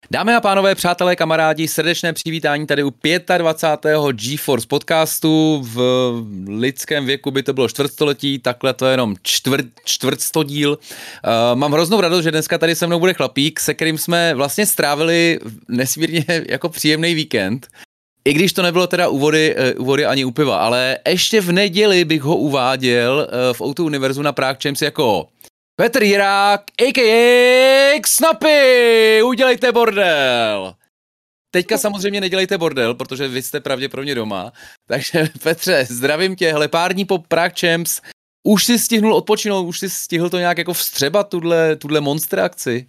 Dámy a pánové, přátelé, kamarádi, srdečné přivítání tady u 25. GeForce podcastu. V lidském věku by to bylo čtvrtstoletí, takhle to je jenom čtvrtstodíl. Mám hroznou radost, že dneska tady se mnou bude chlapík, se kterým jsme vlastně strávili nesmírně jako příjemný víkend. I když to nebylo teda u vody ani u piva, ale ještě v neděli bych ho uváděl v O2 Univerzu na Prague Champs jako Petr Jirák, a.k.a. Snappy, udělejte bordel. Teďka samozřejmě nedělejte bordel, protože vy jste pravděpodobně doma. Takže Petře, zdravím tě, hele, pár dní po Prague Champs. Už jsi stihnul odpočinout, už jsi stihl to nějak jako vstřebat, tuhle monster akci?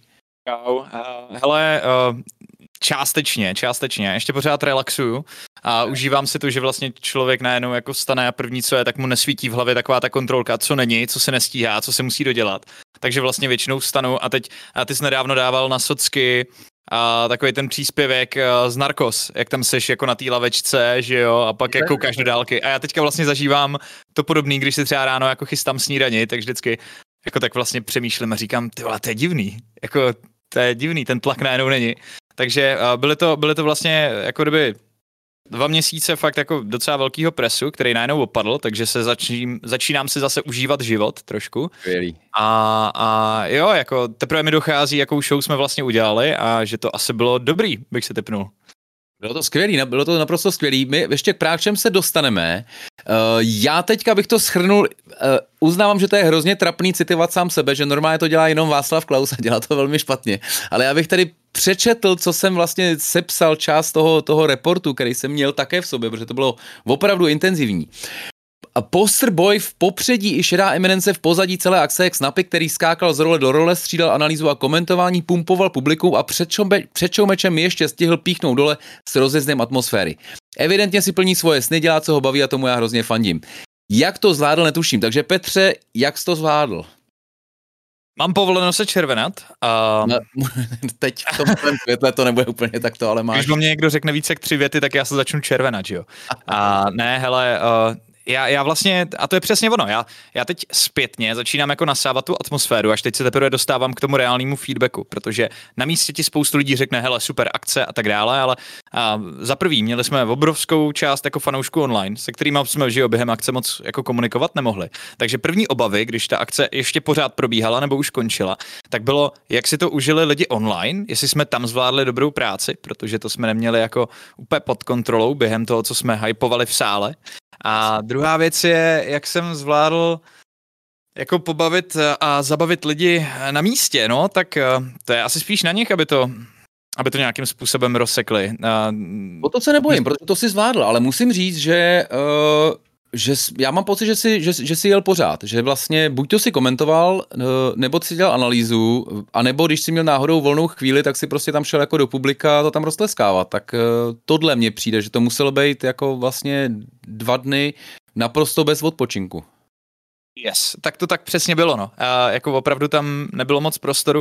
Hele, částečně, ještě pořád relaxuju a užívám si to, že vlastně člověk najednou jako vstane a první co je, tak mu nesvítí v hlavě taková ta kontrolka, co není, co se nestíhá, co se musí dodělat. Takže vlastně většinou vstanu a ty jsi nedávno dával na socky a takový ten příspěvek z Narcos, jak tam seš jako na té lavečce, že jo, a pak jako koukáš do dálky. A já teďka vlastně zažívám to podobný, když si třeba ráno jako chystám snídani, tak vždycky jako tak vlastně přemýšlím a říkám, ty vole, to je divný, jako to je divný, ten tlak najednou není. Takže byly to vlastně jako kdyby 2 měsíce fakt jako docela velkýho presu, který najednou opadl, takže se začínám si zase užívat život trošku. A jo, jako teprve mi dochází, jakou show jsme vlastně udělali a že to asi bylo dobrý, bych se tipnul. Bylo to skvělý, bylo to naprosto skvělý. My ještě k Prague Champs se dostaneme. Já teďka bych to shrnul, uznávám, že to je hrozně trapný citovat sám sebe, že normálně to dělá jenom Václav Klaus a dělá to velmi špatně. Ale já bych tady přečetl, co jsem vlastně sepsal část toho reportu, který jsem měl také v sobě, protože to bylo opravdu intenzivní. Poster boy v popředí i šedá eminence v pozadí celé akce, jak Snappy, který skákal z role do role, střídal analýzu a komentování, pumpoval publikum a před showmečem ještě stihl píchnout dole s rozjezdem atmosféry. Evidentně si plní svoje sny, dělá, co ho baví a tomu já hrozně fandím. Jak to zvládl, netuším. Takže Petře, jak jsi to zvládl? Mám povoleno se červenat. No, teď v tom světle to nebude úplně takto, ale máš. Když o mě někdo řekne více jak 3 věty, tak já se začnu červenat, jo. Ne, hele, já vlastně, a to je přesně ono, já teď zpětně začínám jako nasávat tu atmosféru, až teď se teprve dostávám k tomu reálnému feedbacku, protože na místě ti spoustu lidí řekne, hele, super akce a tak dále, ale za prvý měli jsme obrovskou část jako fanoušků online, se kterými jsme během akce moc jako komunikovat nemohli. Takže první obavy, když ta akce ještě pořád probíhala nebo už končila, tak bylo, jak si to užili lidi online, jestli jsme tam zvládli dobrou práci, protože to jsme neměli jako úplně pod kontrolou během toho, co jsme hypovali v sále. A druhá věc je, jak jsem zvládl jako pobavit a zabavit lidi na místě, no, tak to je asi spíš na nich, aby to nějakým způsobem rozsekli. O to se nebojím, protože to si zvládl, ale musím říct, že já mám pocit, že jsi jel pořád, že vlastně buď to si komentoval, nebo si dělal analýzu, anebo když jsi měl náhodou volnou chvíli, tak si prostě tam šel jako do publika to tam roztleskávat. Tak tohle mně přijde, že to muselo být jako vlastně 2 dny naprosto bez odpočinku. Yes, tak to tak přesně bylo, no. Jako opravdu tam nebylo moc prostoru.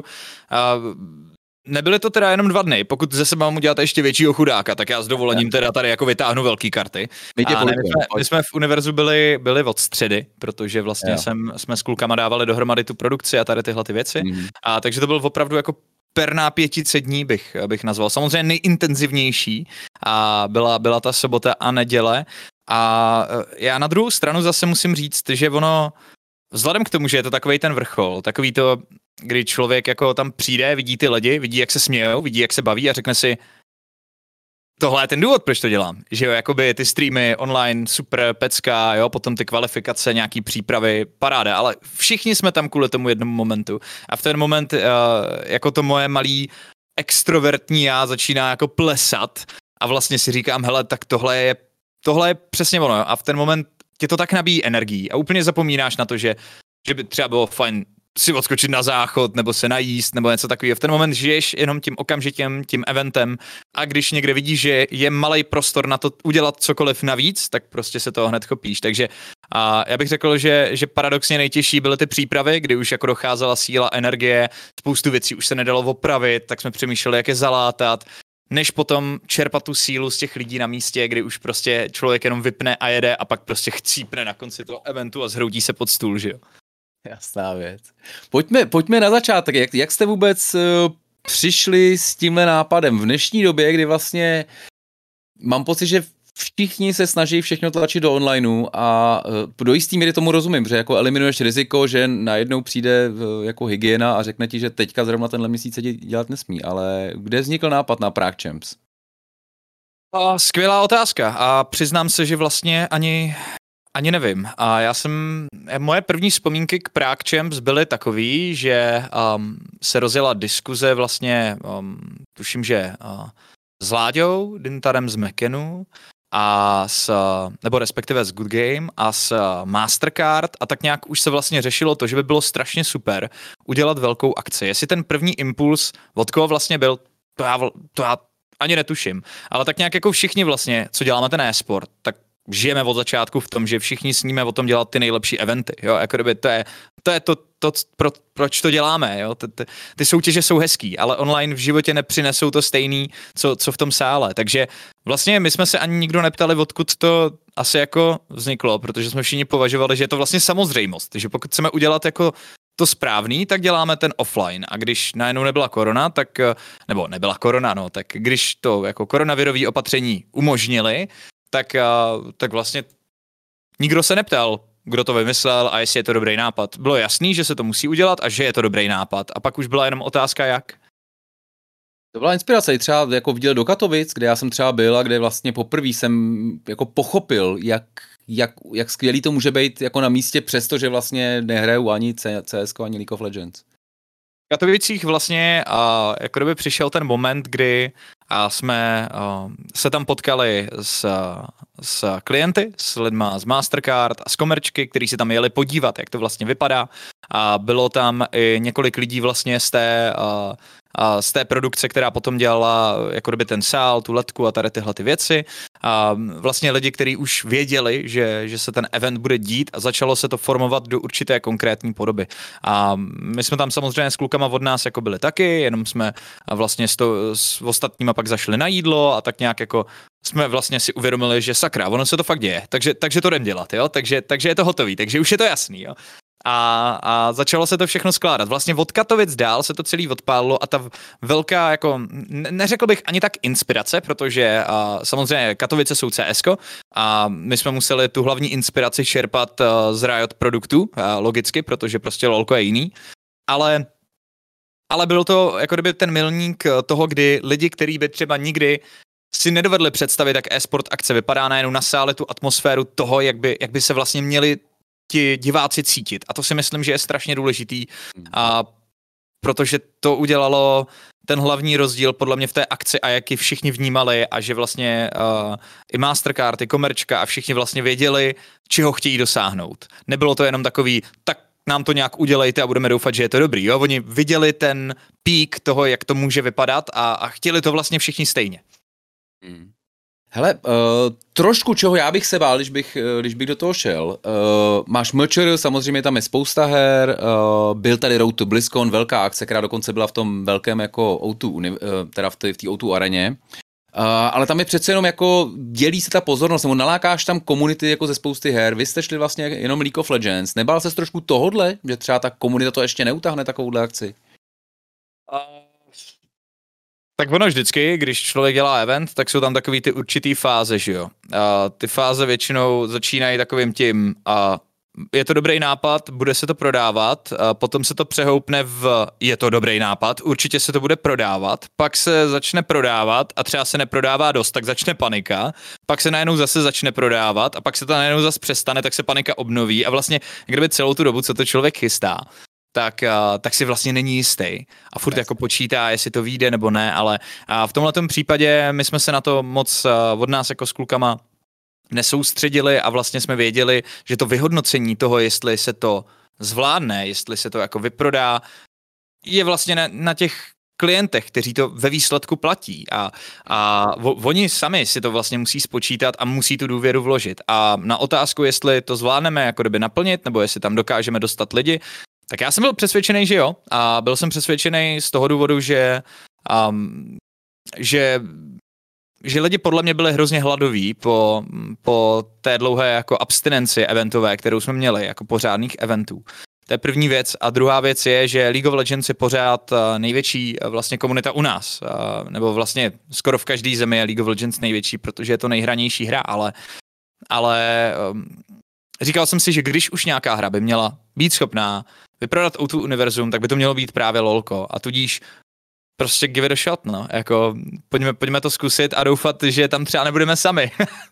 Nebyly to teda jenom 2 dny, pokud ze sebe mám udělat ještě většího chudáka, tak já s dovolením teda tady jako vytáhnu velký karty. My jsme v univerzu byli od středy, protože vlastně jsme s klukama dávali dohromady tu produkci a tady tyhle ty věci. A takže to byl opravdu jako perná 500 dní bych nazval. Samozřejmě nejintenzivnější a byla ta sobota a neděle. A já na druhou stranu zase musím říct, že ono, vzhledem k tomu, že je to takovej ten vrchol, takový to, kdy člověk jako tam přijde, vidí ty lidi, vidí, jak se smějou, vidí, jak se baví a řekne si, tohle je ten důvod, proč to dělám. Že jo, jakoby ty streamy online, super, pecka, jo, potom ty kvalifikace, nějaký přípravy, paráda, ale všichni jsme tam kvůli tomu jednomu momentu. A v ten moment jako to moje malý extrovertní já začíná jako plesat a vlastně si říkám, hele, tak tohle je přesně ono. Jo. A v ten moment tě to tak nabíjí energií a úplně zapomínáš na to, že by třeba bylo fajn si odskočit na záchod, nebo se najíst, nebo něco takového. V ten moment žiješ jenom tím okamžitem, tím eventem a když někde vidíš, že je malej prostor na to udělat cokoliv navíc, tak prostě se toho hned chopíš. Takže já bych řekl, že paradoxně nejtěžší byly ty přípravy, kdy už jako docházela síla, energie, spoustu věcí už se nedalo opravit, tak jsme přemýšleli, jak je zalátat, než potom čerpat tu sílu z těch lidí na místě, kdy už prostě člověk jenom vypne a jede a pak prostě chcípne na konci toho eventu a zhroutí se pod stůl, že jo. Jasná věc. Pojďme na začátek. Jak jste vůbec přišli s tímhle nápadem v dnešní době, kdy vlastně mám pocit, že všichni se snaží všechno tlačit do onlineu a do jistý míry tomu rozumím, že jako eliminuješ riziko, že najednou přijde jako hygiena a řekne ti, že teďka zrovna tenhle měsíc se dělat nesmí, ale kde vznikl nápad na Prague Champs? Skvělá otázka a přiznám se, že vlastně ani nevím. A moje první vzpomínky k Prague Champs byly takový, že se rozjela diskuze vlastně, tuším, že s Láďou, Dintarem z Mekenu nebo respektive z Good Game a s Mastercard a tak nějak už se vlastně řešilo to, že by bylo strašně super udělat velkou akci. Jestli ten první impuls od koho vlastně byl, to já ani netuším, ale tak nějak jako všichni vlastně, co děláme ten e-sport, tak žijeme od začátku v tom, že všichni sníme o tom dělat ty nejlepší eventy, jo, jako kdyby to je proč to děláme, jo, ty soutěže jsou hezký, ale online v životě nepřinesou to stejný, co v tom sále, takže vlastně my jsme se ani nikdo neptali, odkud to asi jako vzniklo, protože jsme všichni považovali, že je to vlastně samozřejmost, že pokud chceme udělat jako to správný, tak děláme ten offline a když najednou nebyla korona, nebo nebyla korona, no, tak když to jako koronavirový opatření umožnili, tak vlastně nikdo se neptal, kdo to vymyslel a jestli je to dobrý nápad. Bylo jasný, že se to musí udělat a že je to dobrý nápad. A pak už byla jenom otázka, jak. To byla inspirace i třeba jako v díle do Katovic, kde já jsem třeba byl a kde vlastně poprvé jsem jako pochopil, jak skvělý to může být jako na místě, přestože vlastně nehraju ani CS, ani League of Legends. V Katovicích vlastně jako kdyby přišel ten moment, kdy jsme se tam potkali s klienty, s lidma z Mastercard a z Komerčky, kteří se tam jeli podívat, jak to vlastně vypadá. A bylo tam i několik lidí vlastně z té produkce, která potom dělala jako kdyby ten sál, tu letku a tady tyhle ty věci. A vlastně lidi, kteří už věděli, že se ten event bude dít a začalo se to formovat do určité konkrétní podoby. A my jsme tam samozřejmě s klukama od nás jako byli taky, jenom jsme vlastně s ostatníma pak zašli na jídlo a tak nějak jako jsme vlastně si uvědomili, že sakra, ono se to fakt děje, takže to jdem dělat, jo, takže je to hotový, takže už je to jasný, jo. A začalo se to všechno skládat. Vlastně od Katovic dál se to celý odpálilo a ta velká, jako, neřekl bych ani tak inspirace, protože samozřejmě Katovice jsou CSko a my jsme museli tu hlavní inspiraci čerpat z Riot produktů, logicky, protože prostě LoLko je jiný, ale byl to jako kdyby ten milník toho, kdy lidi, kteří by třeba nikdy si nedovedli představit, jak e-sport akce vypadá, najednou nasáli tu atmosféru toho, jak by se vlastně měli ti diváci cítit. A to si myslím, že je strašně důležitý, protože to udělalo ten hlavní rozdíl podle mě v té akci a jak ji všichni vnímali a že vlastně i Mastercard, i Komerčka a všichni vlastně věděli, čeho chtějí dosáhnout. Nebylo to jenom takový, tak nám to nějak udělejte a budeme doufat, že je to dobrý. Jo? Oni viděli ten pík toho, jak to může vypadat a chtěli to vlastně všichni stejně. Hele, trošku čeho já bych se bál, když bych do toho šel. Máš Mlčer, samozřejmě tam je spousta her, byl tady Road to BlizzCon, velká akce, která dokonce byla v tom velkém jako O2, teda v té O2 areně. Ale tam je přece jenom jako dělí se ta pozornost, nebo nalákáš tam komunity jako ze spousty her, vy jste šli vlastně jenom League of Legends. Nebál ses trošku tohodle, že třeba ta komunita to ještě neutáhne takovouhle akci? Tak ono vždycky, když člověk dělá event, tak jsou tam takový ty určitý fáze, že jo. A ty fáze většinou začínají takovým tím, je to dobrý nápad, bude se to prodávat, potom se to přehoupne je to dobrý nápad, určitě se to bude prodávat, pak se začne prodávat a třeba se neprodává dost, tak začne panika, pak se najednou zase začne prodávat a pak se to najednou zase přestane, tak se panika obnoví a vlastně kdyby celou tu dobu, co to člověk chystá, tak si vlastně není jistý a furt jako počítá, jestli to vyjde nebo ne, ale v tomhletom případě my jsme se na to moc od nás jako s klukama nesoustředili a vlastně jsme věděli, že to vyhodnocení toho, jestli se to zvládne, jestli se to jako vyprodá, je vlastně na těch klientech, kteří to ve výsledku platí a oni sami si to vlastně musí spočítat a musí tu důvěru vložit a na otázku, jestli to zvládneme jako kdyby naplnit, nebo jestli tam dokážeme dostat lidi, tak já jsem byl přesvědčený, že jo. A byl jsem přesvědčený z toho důvodu, že lidi podle mě byli hrozně hladoví po té dlouhé jako abstinenci eventové, kterou jsme měli, jako pořádných eventů. To je první věc. A druhá věc je, že League of Legends je pořád největší vlastně komunita u nás. Nebo vlastně skoro v každé zemi je League of Legends největší, protože je to nejhranější hra, ale říkal jsem si, že když už nějaká hra by měla být schopná vyprodat O2 univerzum, tak by to mělo být právě LoLko. A tudíž prostě give it a shot, no. Jako, pojďme to zkusit a doufat, že tam třeba nebudeme sami.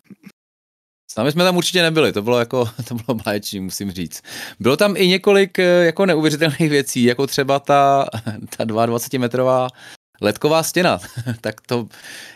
Sami jsme tam určitě nebyli, to bylo báječný, musím říct. Bylo tam i několik jako neuvěřitelných věcí, jako třeba ta 22-metrová ledková stěna. Tak to,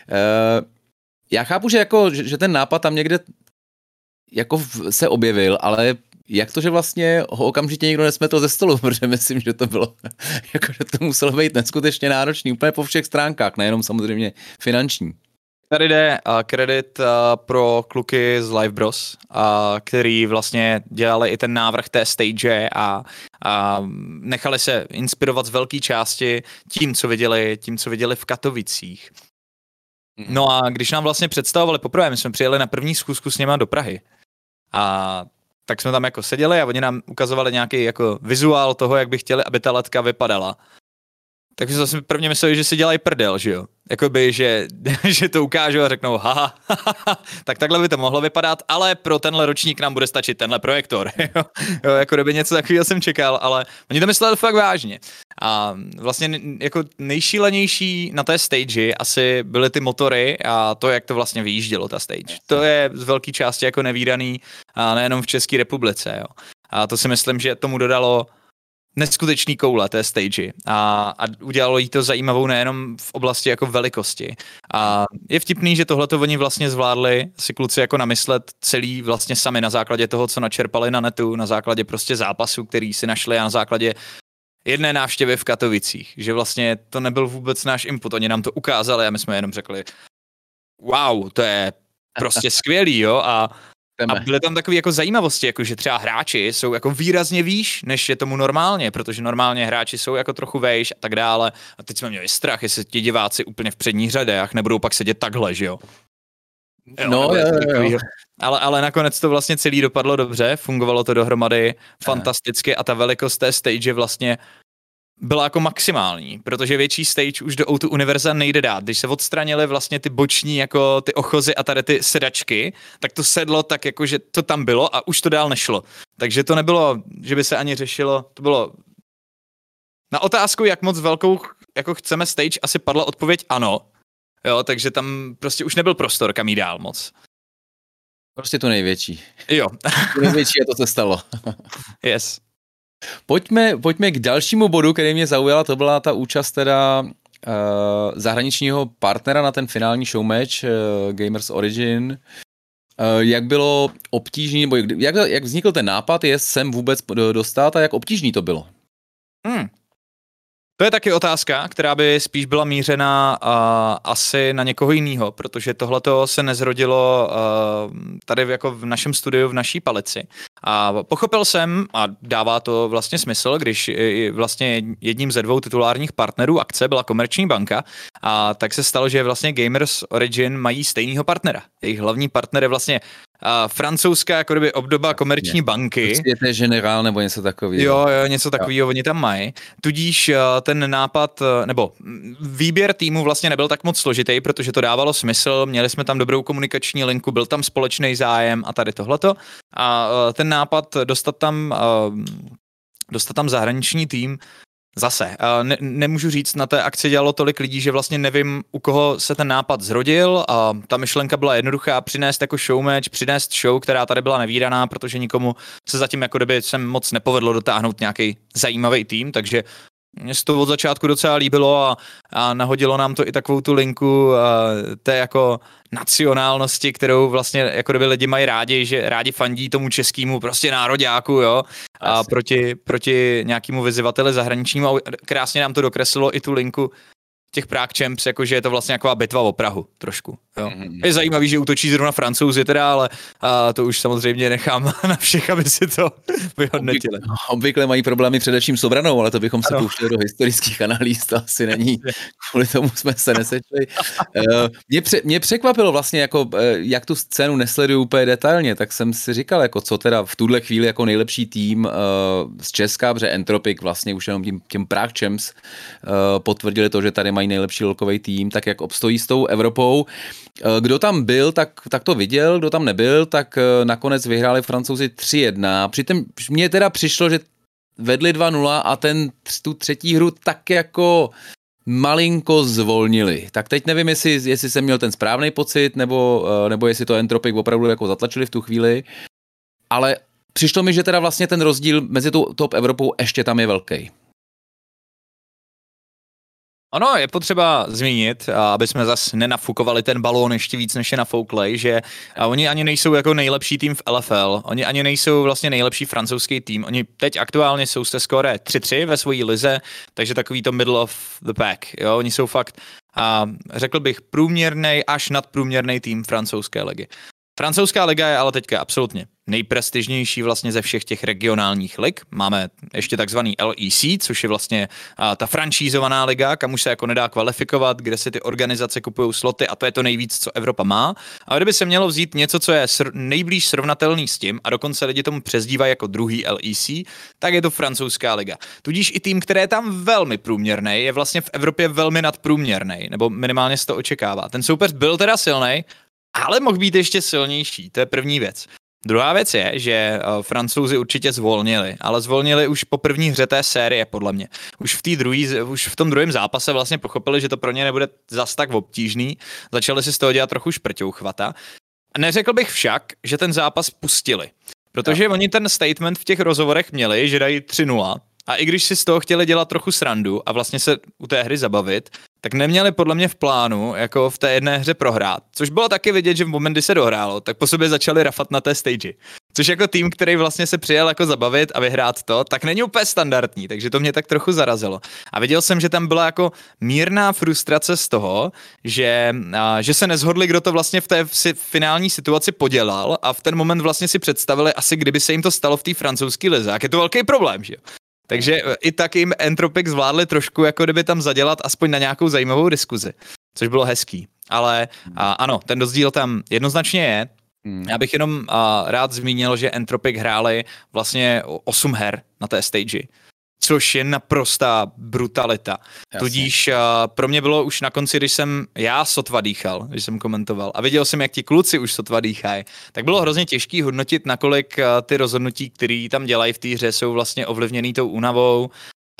já chápu, že ten nápad tam někde jako se objevil, ale jak to, že vlastně ho okamžitě nikdo nesmetl ze stolu, protože myslím, že to bylo, jako, že to muselo být neskutečně náročný, úplně po všech stránkách, nejenom samozřejmě finanční. Tady jde kredit pro kluky z Live Bros, který vlastně dělali i ten návrh té stage a nechali se inspirovat z velké části tím, co viděli v Katovicích. No a když nám vlastně představovali poprvé, my jsme přijeli na první schůzku s něma do Prahy a tak jsme tam jako seděli a oni nám ukazovali nějaký jako vizuál toho, jak by chtěli, aby ta ledka vypadala. Takže zase prvně mysleli, že si dělají prdel, že jo? Jakoby, že to ukážou a řeknou haha, tak takhle by to mohlo vypadat, ale pro tenhle ročník nám bude stačit tenhle projektor. Jo, jako kdyby něco takového jsem čekal, ale oni to mysleli fakt vážně. A vlastně jako nejšílenější na té stage asi byly ty motory a to, jak to vlastně vyjíždělo, ta stage. To je z velké části jako nevídaný a nejenom v České republice, jo. A to si myslím, že tomu dodalo neskutečný koule té stage a udělalo jí to zajímavou nejenom v oblasti jako velikosti. A je vtipný, že tohleto oni vlastně zvládli si kluci jako namyslet celý vlastně sami na základě toho, co načerpali na netu, na základě prostě zápasu, který si našli a na základě jedné návštěvy v Katovicích, že vlastně to nebyl vůbec náš input, oni nám to ukázali a my jsme jenom řekli wow, to je prostě skvělý, jo, a byly tam takové jako zajímavosti, jako že třeba hráči jsou jako výrazně výš, než je tomu normálně, protože normálně hráči jsou jako trochu vejš a tak dále. A teď jsme měli strach, jestli ti diváci úplně v předních řadách nebudou pak sedět takhle, že jo? Jo. Ale nakonec to vlastně celý dopadlo dobře, fungovalo to dohromady fantasticky a ta velikost té stage vlastně byla jako maximální, protože větší stage už do O2 univerza nejde dát. Když se odstranili vlastně ty boční jako ty ochozy a tady ty sedačky, tak to sedlo tak jako, že to tam bylo a už to dál nešlo. Takže to nebylo, že by se ani řešilo, to bylo na otázku, jak moc velkou jako chceme stage, asi padla odpověď ano. Jo, takže tam prostě už nebyl prostor, kam jí dál moc. Prostě to největší. Jo. To největší je to, co stalo. Yes. Pojďme k dalšímu bodu, který mě zaujala, to byla ta účast teda zahraničního partnera na ten finální showmatch Gamers Origin. Jak bylo obtížný, nebo jak vznikl ten nápad, je sem vůbec dostat a jak obtížný to bylo? To je taky otázka, která by spíš byla mířena asi na někoho jiného, protože tohleto se nezrodilo tady jako v našem studiu, v naší Palici. A pochopil jsem, a dává to vlastně smysl, když vlastně jedním ze dvou titulárních partnerů akce byla Komerční banka, a tak se stalo, že vlastně Gamers Origin mají stejného partnera. Jejich hlavní partner je vlastně francouzská jako kdyby obdoba Komerční banky. Société Générale nebo něco takového. Jo, něco takového oni tam mají. Tudíž ten nápad, nebo výběr týmu vlastně nebyl tak moc složitý, protože to dávalo smysl, měli jsme tam dobrou komunikační linku, byl tam společný zájem a tady tohleto. A ten nápad dostat tam zahraniční tým, zase, nemůžu říct, na té akci dělalo tolik lidí, že vlastně nevím, u koho se ten nápad zrodil a ta myšlenka byla jednoduchá, přinést jako showmatch, přinést show, která tady byla nevídaná, protože nikomu se zatím jako kdyby sem moc nepovedlo dotáhnout nějaký zajímavý tým, takže mně se to od začátku docela líbilo a nahodilo nám to i takovou tu linku té jako nacionálnosti, kterou vlastně jako kdyby lidi mají rádi, že rádi fandí tomu českému prostě nároďáku, jo, a proti nějakému vyzývateli zahraničnímu a krásně nám to dokreslilo i tu linku těch Prague Champs, jakože je to vlastně taková bitva o Prahu trošku. Jo. Je zajímavý, že útočí zrovna Francouzi teda, ale to už samozřejmě nechám na všech, aby si to vyhodnotili. Obvykle mají problémy především s obranou, ale to bychom se pouštěli do historických analýz, to asi není, kvůli tomu jsme se nesečli. Mě překvapilo vlastně, jako, jak tu scénu nesleduju úplně detailně, tak jsem si říkal, jako, co teda v tuhle chvíli jako nejlepší tým z Česka, protože Entropic vlastně už jenom těm Prague Champs potvrdili to, že tady mají nejlepší lolkový tým, tak jak obstojí s tou Evropou. Kdo tam byl, tak to viděl, kdo tam nebyl, tak nakonec vyhráli Francouzi 3-1. Přitom mně teda přišlo, že vedli 2-0 a tu třetí hru tak jako malinko zvolnili. Tak teď nevím, jestli jsem měl ten správný pocit, nebo jestli to Entropic opravdu jako zatlačili v tu chvíli, ale přišlo mi, že teda vlastně ten rozdíl mezi tou top Evropou ještě tam je velký. Ono je potřeba zmínit, aby jsme zase nenafukovali ten balón ještě víc, než je nafouklej, že oni ani nejsou jako nejlepší tým v LFL, oni ani nejsou vlastně nejlepší francouzský tým, oni teď aktuálně jsou se skóre 3-3 ve svojí lize, takže takový to middle of the pack, jo, oni jsou fakt, řekl bych, průměrnej až nadprůměrný tým francouzské ligy. Francouzská liga je ale teďka absolutně nejprestižnější vlastně ze všech těch regionálních lig. Máme ještě takzvaný LEC, což je vlastně ta franšízovaná liga, kam už se jako nedá kvalifikovat, kde si ty organizace kupují sloty a to je to nejvíc, co Evropa má. A kdyby se mělo vzít něco, co je nejblíž srovnatelný s tím a dokonce lidi tomu přezdívají jako druhý LEC, tak je to francouzská liga. Tudíž i tým, který je tam velmi průměrný, je vlastně v Evropě velmi nadprůměrný, nebo minimálně se to očekává. Ten soupeř byl teda silný, ale mohl být ještě silnější, to je první věc. Druhá věc je, že Francouzi určitě zvolnili, ale zvolnili už po první hře té série, podle mě. Už v tom druhém zápase vlastně pochopili, že to pro ně nebude zas tak obtížný, začali si z toho dělat trochu šprťouchvata. Neřekl bych však, že ten zápas pustili, protože oni ten statement v těch rozhovorech měli, že dají 3-0, a i když si z toho chtěli dělat trochu srandu a vlastně se u té hry zabavit, tak neměli podle mě v plánu jako v té jedné hře prohrát. Což bylo taky vidět, že v moment, kdy se dohrálo, tak po sobě začali rafat na té stage. Což jako tým, který vlastně se přijel jako zabavit a vyhrát to, tak není úplně standardní, takže to mě tak trochu zarazilo. A viděl jsem, že tam byla jako mírná frustrace z toho, že se nezhodli, kdo to vlastně v té finální situaci podělal a v ten moment vlastně si představili asi, kdyby se jim to stalo v té francouzské lize. Jak je to velký problém, že jo? Takže i tak jim Entropic zvládli trošku, jako kdyby tam zadělat aspoň na nějakou zajímavou diskuzi, což bylo hezký. Ale ano, ten rozdíl tam jednoznačně je. Já bych jenom rád zmínil, že Entropic hráli vlastně 8 her na té stage, což je naprostá brutalita. Jasně. Tudíž pro mě bylo už na konci, když jsem já sotva dýchal, když jsem komentoval a viděl jsem, jak ti kluci už sotva dýchají, tak bylo hrozně těžký hodnotit, nakolik ty rozhodnutí, které tam dělají v té hře, jsou vlastně ovlivněný tou únavou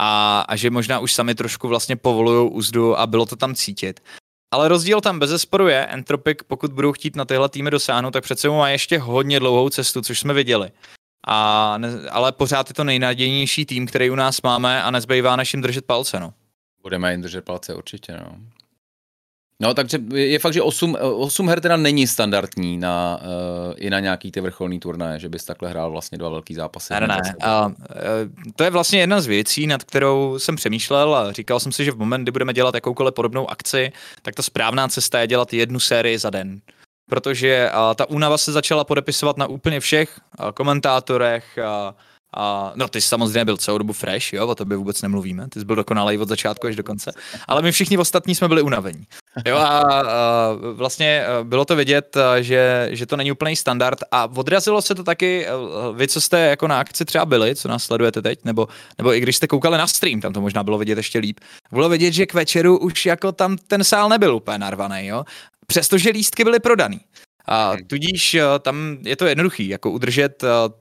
a že možná už sami trošku vlastně povolujou úzdu a bylo to tam cítit. Ale rozdíl tam bezesporu je, Entropic, pokud budou chtít na tyhle týmy dosáhnout, tak přece má ještě hodně dlouhou cestu, což jsme viděli. Ale pořád je to nejnadějnější tým, který u nás máme a nezbývá než jim držet palce, no. Budeme jim držet palce, určitě, no. No, takže je fakt, že 8 her teda není standardní i na nějaký ty vrcholný turnaje, že bys takhle hrál vlastně 2 velký zápasy. Ne. To je vlastně jedna z věcí, nad kterou jsem přemýšlel a říkal jsem si, že v moment, kdy budeme dělat jakoukoliv podobnou akci, tak ta správná cesta je dělat jednu sérii za den. Protože ta únava se začala podepisovat na úplně všech komentátorech. No ty jsi samozřejmě byl celou dobu fresh, jo, o tobě vůbec nemluvíme, ty jsi byl dokonalej od začátku až do konce, ale my všichni ostatní jsme byli unavení. Jo, a vlastně bylo to vidět, že to není úplný standard a odrazilo se to taky, vy, co jste jako na akci třeba byli, co nás sledujete teď, nebo i když jste koukali na stream, tam to možná bylo vidět ještě líp, bylo vidět, že k večeru už jako tam ten sál nebyl úplně narvaný, jo, přestože lístky byly prodaný. Tudíž tam je to jednoduchý, jako udržet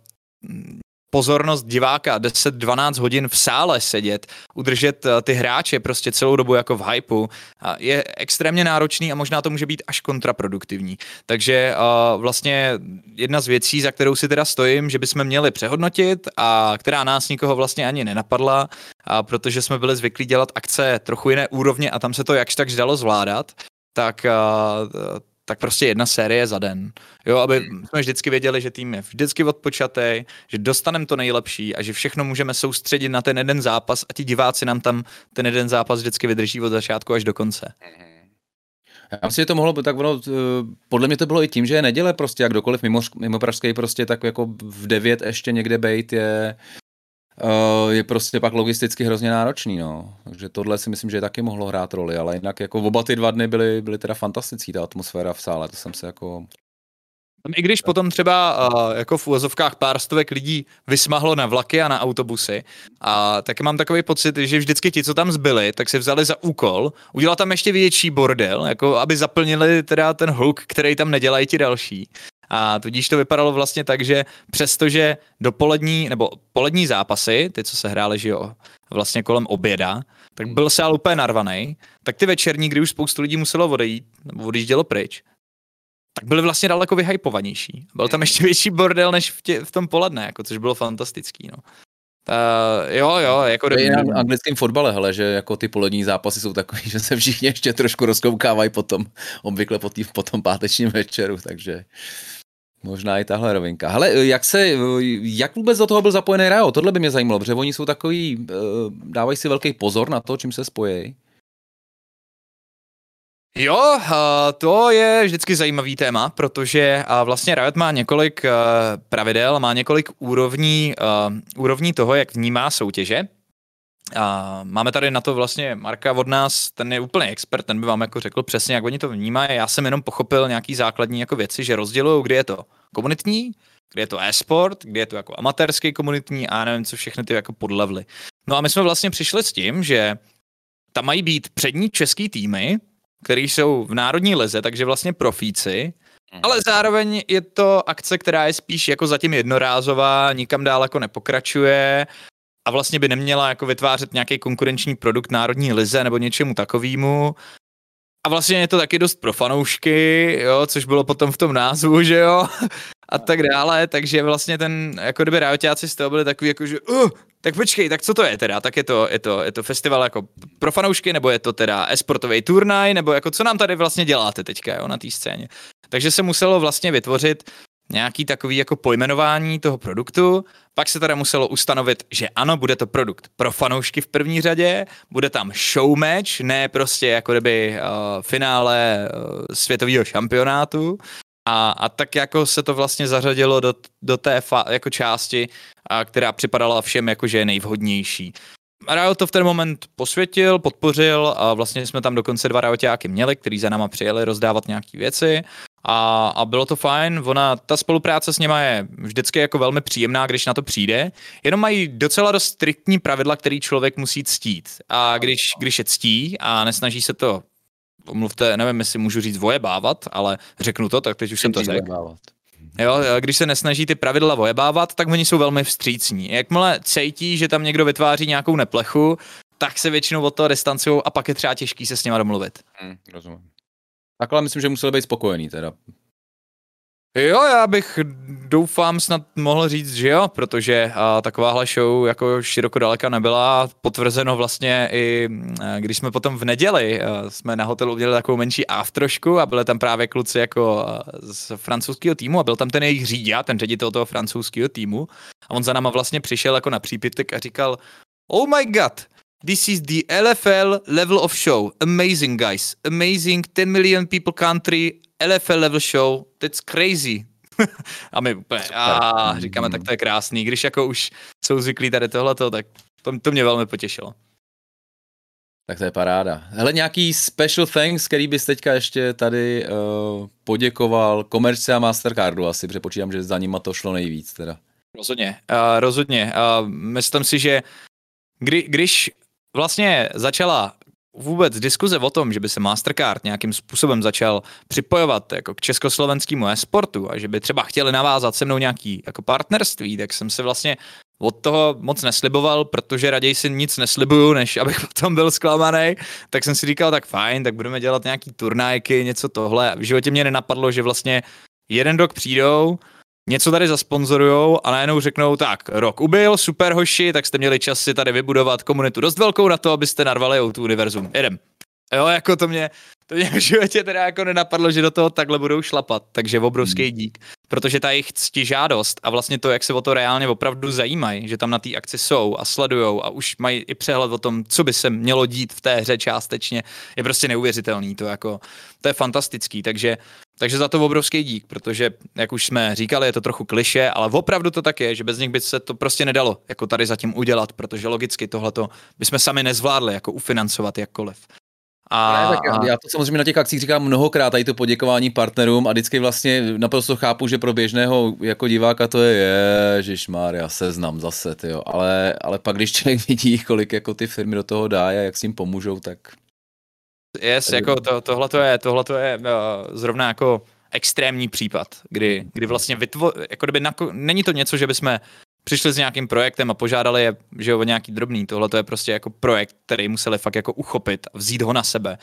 pozornost diváka 10-12 hodin v sále sedět, udržet ty hráče prostě celou dobu jako v hypeu, je extrémně náročný a možná to může být až kontraproduktivní. Takže vlastně jedna z věcí, za kterou si teda stojím, že bychom měli přehodnotit a která nás nikoho vlastně ani nenapadla, protože jsme byli zvyklí dělat akce trochu jiné úrovně a tam se to jakž takž dalo zvládat, tak tak prostě jedna série za den. Jo, aby jsme vždycky věděli, že tým je vždycky odpočatý, že dostaneme to nejlepší a že všechno můžeme soustředit na ten jeden zápas a ti diváci nám tam ten jeden zápas vždycky vydrží od začátku až do konce. Já myslím, že to mohlo být tak, podle mě to bylo i tím, že je neděle prostě, jak kdokoliv mimo pražský prostě tak jako v 9 ještě někde bejt je prostě pak logisticky hrozně náročný, no. Takže tohle si myslím, že taky mohlo hrát roli, ale jinak jako oba ty 2 dny byly teda fantastický, ta atmosféra v sále, to jsem se jako... I když potom třeba jako v uvozovkách pár stovek lidí vysmahlo na vlaky a na autobusy, a taky mám takový pocit, že vždycky ti, co tam zbyli, tak si vzali za úkol udělat tam ještě větší bordel, jako aby zaplnili teda ten hluk, který tam nedělají ti další. A tudíž to vypadalo vlastně tak, že přestože dopolední nebo polední zápasy, ty, co se hrály, že jo, vlastně kolem oběda, tak byl sál úplně narvaný, tak ty večerní, kdy už spoustu lidí muselo odejít, nebo odjíždělo pryč, tak byly vlastně daleko vyhypovanější. Byl tam ještě větší bordel než v tom poledne, jako, což bylo fantastický, no. Jo, jako... To je na anglickém fotbale, hele, že jako ty polední zápasy jsou takový, že se všichni ještě trošku rozkoukávají potom, obvykle po tom pátečním večeru, takže možná i tahle rovinka. Hele, jak vůbec do toho byl zapojený Riot? Tohle by mě zajímalo, protože oni jsou takový, dávají si velký pozor na to, čím se spojí. Jo, to je vždycky zajímavý téma, protože vlastně Riot má několik pravidel, má několik úrovní toho, jak vnímá soutěže. Máme tady na to vlastně Marka od nás, ten je úplný expert, ten by vám jako řekl přesně, jak oni to vnímají. Já jsem jenom pochopil nějaký základní jako věci, že rozdělují, kdy je to komunitní, kdy je to e-sport, kdy je to jako amatérský komunitní a nevím, co všechny ty jako podlevly. No a my jsme vlastně přišli s tím, že tam mají být přední český týmy, který jsou v národní lize, takže vlastně profíci, ale zároveň je to akce, která je spíš jako zatím jednorázová, nikam dál jako nepokračuje a vlastně by neměla jako vytvářet nějaký konkurenční produkt národní lize nebo něčemu takovému. A vlastně je to taky dost pro fanoušky, jo, což bylo potom v tom názvu, že jo, a tak dále, takže vlastně ten, jako kdyby Riotáci z toho byli takový jako, že tak počkej, tak co to je teda, tak je to festival jako pro fanoušky, nebo je to teda e-sportový turnaj, nebo jako co nám tady vlastně děláte teďka, jo, na té scéně. Takže se muselo vlastně vytvořit nějaký takový jako pojmenování toho produktu, pak se teda muselo ustanovit, že ano, bude to produkt pro fanoušky v první řadě, bude tam show match, ne prostě jako kdyby finále světového šampionátu a tak jako se to vlastně zařadilo do té jako části, která připadala všem jako, že je nejvhodnější. Riot to v ten moment posvětil, podpořil a vlastně jsme tam dokonce 2 Riotáky měli, kteří za náma přijeli rozdávat nějaký věci a bylo to fajn. Ta spolupráce s nima je vždycky jako velmi příjemná, když na to přijde, jenom mají docela dost striktní pravidla, který člověk musí ctít. A když je ctí a nesnaží se to, omluvte, nevím, jestli můžu říct vojebávat, ale řeknu to, tak teď už jsem to řekl. Jo, když se nesnaží ty pravidla vojebávat, tak oni jsou velmi vstřícní. Jakmile cítí, že tam někdo vytváří nějakou neplechu, tak se většinou od toho distancují a pak je třeba těžký se s nima domluvit. Rozumím. Takhle myslím, že museli být spokojený teda. Jo, já bych doufám snad mohl říct, že jo, protože takováhle show jako široko daleka nebyla. Potvrzeno vlastně i když jsme potom v neděli jsme na hotelu udělali takovou menší aftrošku a byli tam právě kluci jako z francouzského týmu a byl tam ten jejich ředitel toho francouzského týmu a on za náma vlastně přišel jako na přípitek a říkal: "Oh my god, this is the LFL level of show. Amazing, guys. Amazing 10 million people country, LFL level show. That's crazy." A my úplně říkáme, tak to je krásný. Když jako už jsou zvyklí tady tohleto, tak to mě velmi potěšilo. Tak to je paráda. Hele, nějaký special thanks, který bys teďka ještě tady poděkoval Komerci a Mastercardu asi, přepočítám, že za nima to šlo nejvíc teda. Rozhodně. Myslím si, že když vlastně začala vůbec diskuze o tom, že by se Mastercard nějakým způsobem začal připojovat jako k československému e-sportu a že by třeba chtěli navázat se mnou nějaký jako partnerství, tak jsem se vlastně od toho moc nesliboval, protože raději si nic neslibuju, než abych potom byl zklamaný, tak jsem si říkal, tak fajn, tak budeme dělat nějaký turnajky, něco tohle. V životě mě nenapadlo, že vlastně jeden rok přijdou, něco tady zasponzorujou a najednou řeknou, tak rok ubyl, super hoši, tak jste měli čas si tady vybudovat komunitu dost velkou na to, abyste narvali O2 univerzum. Jedem. Jo, jako to To mě v životě teda jako nenapadlo, že do toho takhle budou šlapat, takže obrovský dík. Protože ta jejich ctižádost a vlastně to, jak se o to reálně opravdu zajímají, že tam na té akci jsou a sledujou a už mají i přehled o tom, co by se mělo dít v té hře částečně, je prostě neuvěřitelný. To je fantastický, takže za to obrovský dík, protože, jak už jsme říkali, je to trochu klišé, ale opravdu to tak je, že bez nich by se to prostě nedalo jako tady zatím udělat, protože logicky tohleto bychom sami nezvládli jako ufinancovat jakkoliv. Já to samozřejmě na těch akcích říkám mnohokrát, tady to poděkování partnerům a vždycky vlastně naprosto chápu, že pro běžného jako diváka to je ježišmarja, Seznam zase, tyjo. Ale pak když člověk vidí, kolik jako ty firmy do toho dají a jak s tím pomůžou, tak... Yes, jako tohle je zrovna jako extrémní případ, kdy vlastně jako kdyby není to něco, že bychom přišli s nějakým projektem a požádali je, že o nějaký drobný. Tohle to je prostě jako projekt, který museli fakt jako uchopit a vzít ho na sebe.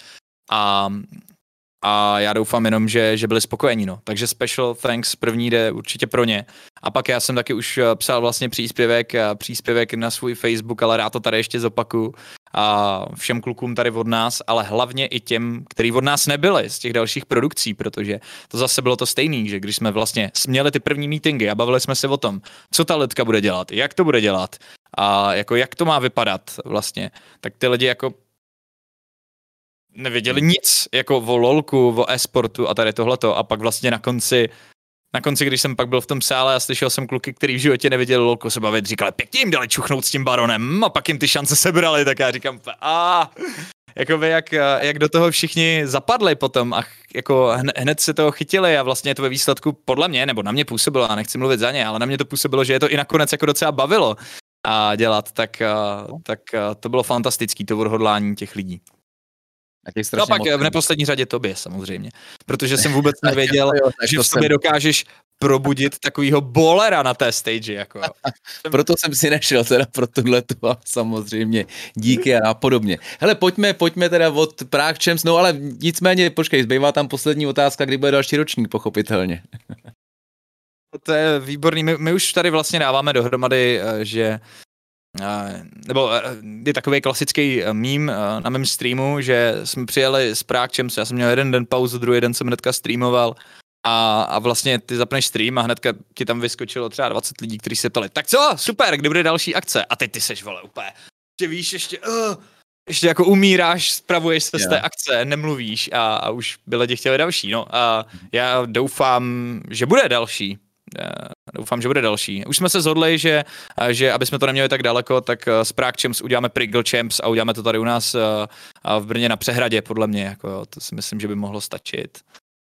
A já doufám jenom, že byli spokojení, no. Takže special thanks první jde určitě pro ně. A pak já jsem taky už psal vlastně příspěvek na svůj Facebook, ale rád to tady ještě zopakuju. A všem klukům tady od nás, ale hlavně i těm, kteří od nás nebyli z těch dalších produkcí, protože to zase bylo to stejný, že když jsme vlastně měli ty první meetingy a bavili jsme se o tom, co ta lidka bude dělat, jak to bude dělat a jako jak to má vypadat vlastně, tak ty lidi jako nevěděli nic jako o LOLku, o e-sportu a tady tohleto a pak vlastně na konci, když jsem pak byl v tom sále a slyšel jsem kluky, kteří v životě neviděli LOLku se bavit, říkali, pěkně jim dali čuchnout s tím baronem a pak jim ty šance sebrali, tak já říkám, jakoby jak do toho všichni zapadli potom a jako hned se toho chytili a vlastně to ve výsledku podle mě, nebo na mě působilo, a nechci mluvit za ně, ale na mě to působilo, že je to i nakonec jako docela bavilo a dělat, tak to bylo fantastický, to odhodlání těch lidí. No pak v neposlední řadě tobě samozřejmě, protože jsem vůbec nevěděl, že v sobě dokážeš probudit takovýho bolera na té stage. Jako. Proto jsem si nešel teda pro tuhletu a samozřejmě díky a podobně. Hele, pojďme teda od Prague Champs, no ale nicméně, počkej, zbývá tam poslední otázka, kdy bude další ročník, pochopitelně. To je výborný, my už tady vlastně dáváme dohromady, že nebo je takový klasický meme na mém streamu, že jsme přijeli z Prague Champs, já jsem měl jeden den pauzu, druhý den jsem hnedka streamoval a vlastně ty zapneš stream a hnedka ti tam vyskočilo třeba 20 lidí, kteří se ptali, tak co, super, kdy bude další akce? A teď ty seš, vole, úplně, víš, ještě jako umíráš, spravuješ se z té akce, nemluvíš a už by lidi chtěli další, no a já doufám, že bude další. Už jsme se shodli, že aby jsme to neměli tak daleko, tak z Prague Champs uděláme Priggle Champs a uděláme to tady u nás v Brně na Přehradě, podle mě. Jako, to si myslím, že by mohlo stačit.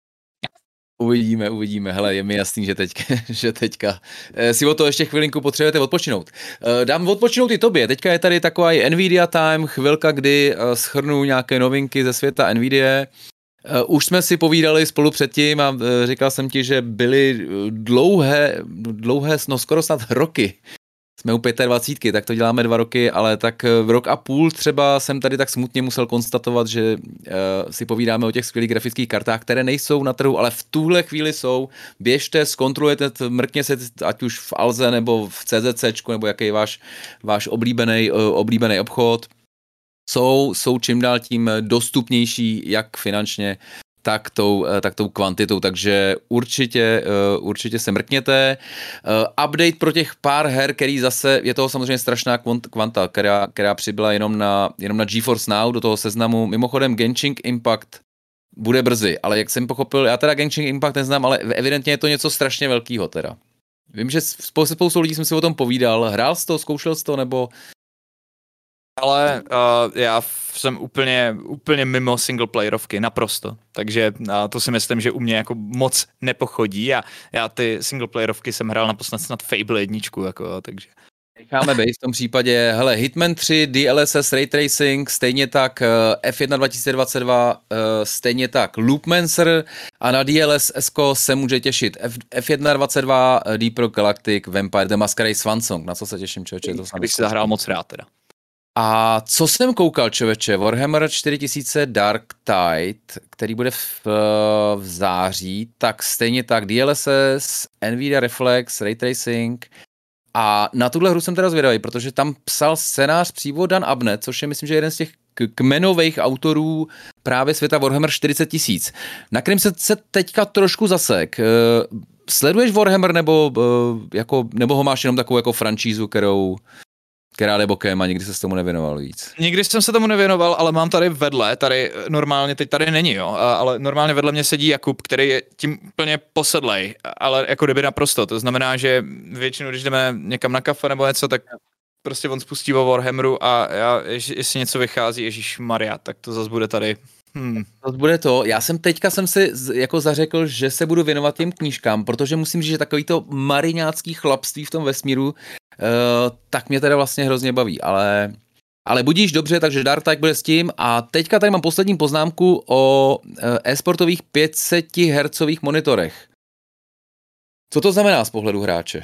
Uvidíme. Hele, je mi jasný, že teďka si o to ještě chvilinku potřebujete odpočinout. Dám odpočinout i tobě. Teďka je tady taková Nvidia time, chvilka, kdy shrnu nějaké novinky ze světa Nvidia. Už jsme si povídali spolu předtím a říkal jsem ti, že byly dlouhé, no skoro snad roky. Jsme u 25, tak to děláme 2 roky, ale tak v rok a půl třeba jsem tady tak smutně musel konstatovat, že si povídáme o těch skvělých grafických kartách, které nejsou na trhu, ale v tuhle chvíli jsou. Běžte, zkontrolujete, mrkně se, ať už v Alze nebo v CZCčku, nebo jaký je váš oblíbený obchod. Jsou čím dál tím dostupnější, jak finančně, tak tou kvantitou, takže určitě se mrkněte. Update pro těch pár her, který zase, je toho samozřejmě strašná kvanta, která přibyla jenom na GeForce Now do toho seznamu. Mimochodem Genshin Impact bude brzy, ale jak jsem pochopil, já teda Genshin Impact neznám, ale evidentně je to něco strašně velkýho teda. Vím, že spoustu lidí jsem si o tom povídal. Hrál jsi to, zkoušel jsi to, nebo... Ale já jsem úplně mimo singleplayerovky, naprosto. Takže to si myslím, že u mě jako moc nepochodí a já ty singleplayerovky jsem hrál naposled snad Fable 1, jako, takže... Necháme být v tom případě, hele, Hitman 3, DLSS Ray Tracing, stejně tak F1 2022, stejně tak Loopmancer a na DLSS se může těšit F1 22, Deep Rock Galactic, Vampire the Masquerade Swansong, na co se těším, člověče. To bych si zahrál moc rád teda. A co jsem koukal, člověče, Warhammer 4000 Dark Tide, který bude v září, tak stejně tak DLSS, Nvidia Reflex, Ray Tracing a na tuhle hru jsem teda zvědavý, protože tam psal scénář přímo Dan Abnett, což je myslím, že jeden z těch kmenových autorů právě světa Warhammer 40 000, na kterým se teďka trošku zasek. Sleduješ Warhammer nebo ho máš jenom takovou jako franšízu, která jde bokem a nikdy se s tomu nevěnoval víc? Nikdy jsem se tomu nevěnoval, ale mám tady vedle, normálně, teď tady není, jo, ale normálně vedle mě sedí Jakub, který je tím úplně posedlej, ale jako kdyby naprosto, to znamená, že většinou, když jdeme někam na kafe nebo něco, tak prostě on spustí o Warhammeru a jestli něco vychází, ježišmarja, tak to zase bude tady. To bude to. Já jsem si jako zařekl, že se budu věnovat těm knížkám, protože musím říct, že takový to mariňácký chlapství v tom vesmíru, tak mě teda vlastně hrozně baví, ale budíš dobře, takže Dark bude s tím a teďka tady mám poslední poznámku o e-sportových 500 Hz monitorech. Co to znamená z pohledu hráče?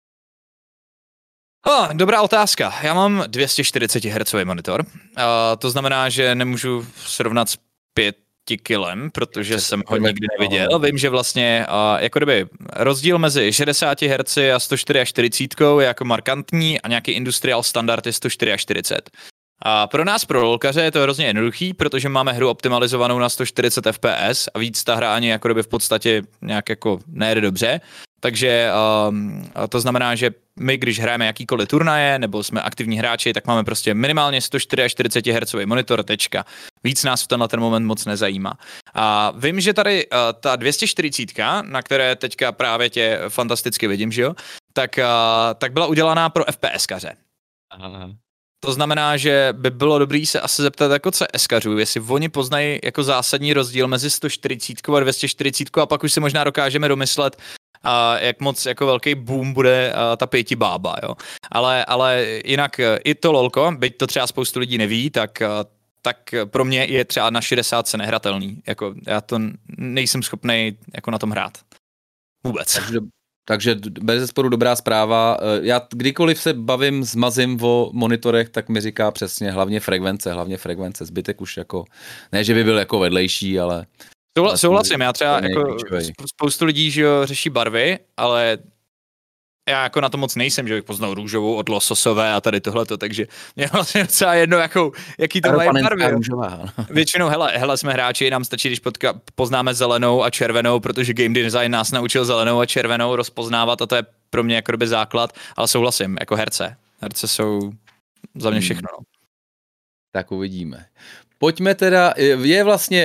Dobrá otázka. Já mám 240 Hz monitor, to znamená, že nemůžu srovnat s 5 kilem, protože jsem ho nikdy neviděl. Vím, že vlastně jako kdyby rozdíl mezi 60 Hz a 144 je jako markantní a nějaký industrial standard je 144. A pro nás, pro lolkaře, je to hrozně jednoduchý, protože máme hru optimalizovanou na 140 fps a víc ta hra ani jako kdyby v podstatě nějak jako nejde dobře. Takže to znamená, že my, když hrajeme jakýkoliv turnaje nebo jsme aktivní hráči, tak máme prostě minimálně 144 Hz monitor, tečka. Víc nás v tenhle ten moment moc nezajímá. A vím, že tady ta 240, na které teďka právě tě fantasticky vidím, že jo, tak byla udělaná pro FPSkaře. Aha. To znamená, že by bylo dobré se asi zeptat jako CSkařů, jestli oni poznají jako zásadní rozdíl mezi 140 a 240 a pak už si možná dokážeme domyslet, jak moc jako velký boom bude ta 5 bába, jo. Ale jinak i to lolko, byť to třeba spoustu lidí neví, tak pro mě je třeba na 60 nehratelný. Jako já to nejsem schopnej jako na tom hrát. Vůbec. Takže bezesporu dobrá zpráva. Já kdykoliv se bavím s Mazim o monitorech, tak mi říká přesně hlavně frekvence. Zbytek už jako, ne, že by byl jako vedlejší, ale... Souhlasím, já třeba jako spoustu lidí, že jo, řeší barvy, ale já jako na to moc nejsem, že bych poznal růžovou od lososové a tady tohleto, takže mě vlastně docela jedno, jaký to mají barvy. Většinou, hele, jsme hráči, nám stačí, když poznáme zelenou a červenou, protože game design nás naučil zelenou a červenou rozpoznávat a to je pro mě jako by základ, ale souhlasím, jako herce. Herce jsou za mě všechno. No. Tak uvidíme. Pojďme teda, je vlastně,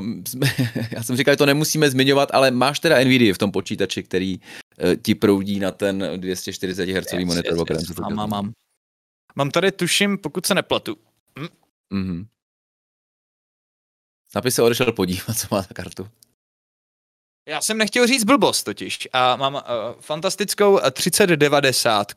já jsem říkal, že to nemusíme zmiňovat, ale máš teda NVIDIA v tom počítači, který ti proudí na ten 240 Hz monitor. Mám. Mám tady, tuším, pokud se nepletu. Mm-hmm. Napis se odešel podívat, co má za kartu. Já jsem nechtěl říct blbost totiž a mám fantastickou 3090,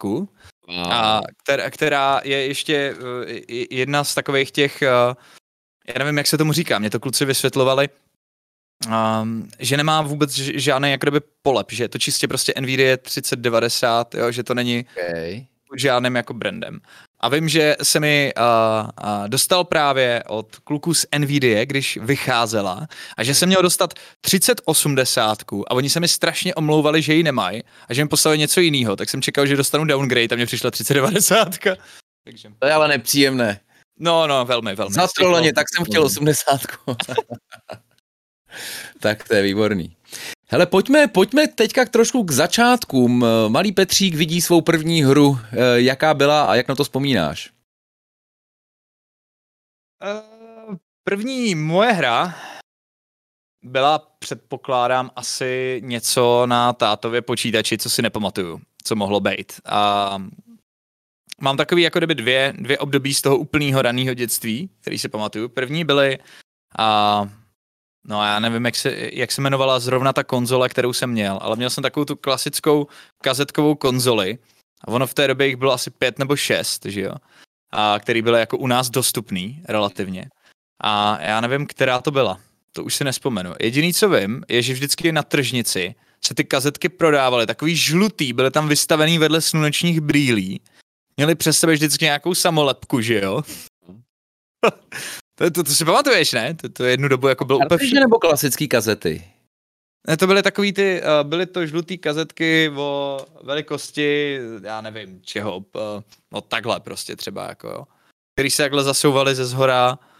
která je ještě jedna z takových těch... Já nevím, jak se tomu říká, mě to kluci vysvětlovali, že nemá vůbec žádný jakoby polep, že je to čistě prostě NVIDIA 3090, jo, že to není žádným jako brandem. A vím, že se mi dostal právě od kluků z NVIDIA, když vycházela, a že jsem měl dostat 3080 a oni se mi strašně omlouvali, že ji nemají a že mi poslali něco jiného, tak jsem čekal, že dostanu downgrade a mně přišla 3090. Takže... To je ale nepříjemné. No, velmi. Zatroleně, tak jsem chtěl 80. Tak to je výborný. Hele, pojďme teďka trošku k začátkům. Malý Petřík vidí svou první hru. Jaká byla a jak na to vzpomínáš? První moje hra byla, předpokládám, asi něco na tátově počítači, co si nepamatuju, co mohlo být. Mám takový jako kdyby dvě období z toho úplného raného dětství, který si pamatuju. První byly, no já nevím, jak se jmenovala zrovna ta konzole, kterou jsem měl, ale měl jsem takovou tu klasickou kazetkovou konzoli a ono v té době jich bylo asi 5 nebo 6, že jo, a který byly jako u nás dostupný relativně. A já nevím, která to byla, to už si nespomenu. Jediný, co vím, je, že vždycky na tržnici se ty kazetky prodávaly, takový žlutý, byly tam vystavený vedle slunečních brýlí. Měli přes sebe vždycky nějakou samolepku, že jo? to si pamatuješ, ne? To jednu dobu jako bylo úplně všechno. Nebo klasický kazety? Ne, to byly takový byly to žlutý kazetky o velikosti, já nevím čeho, no takhle prostě třeba jako jo. Který se takhle zasouvaly ze zhora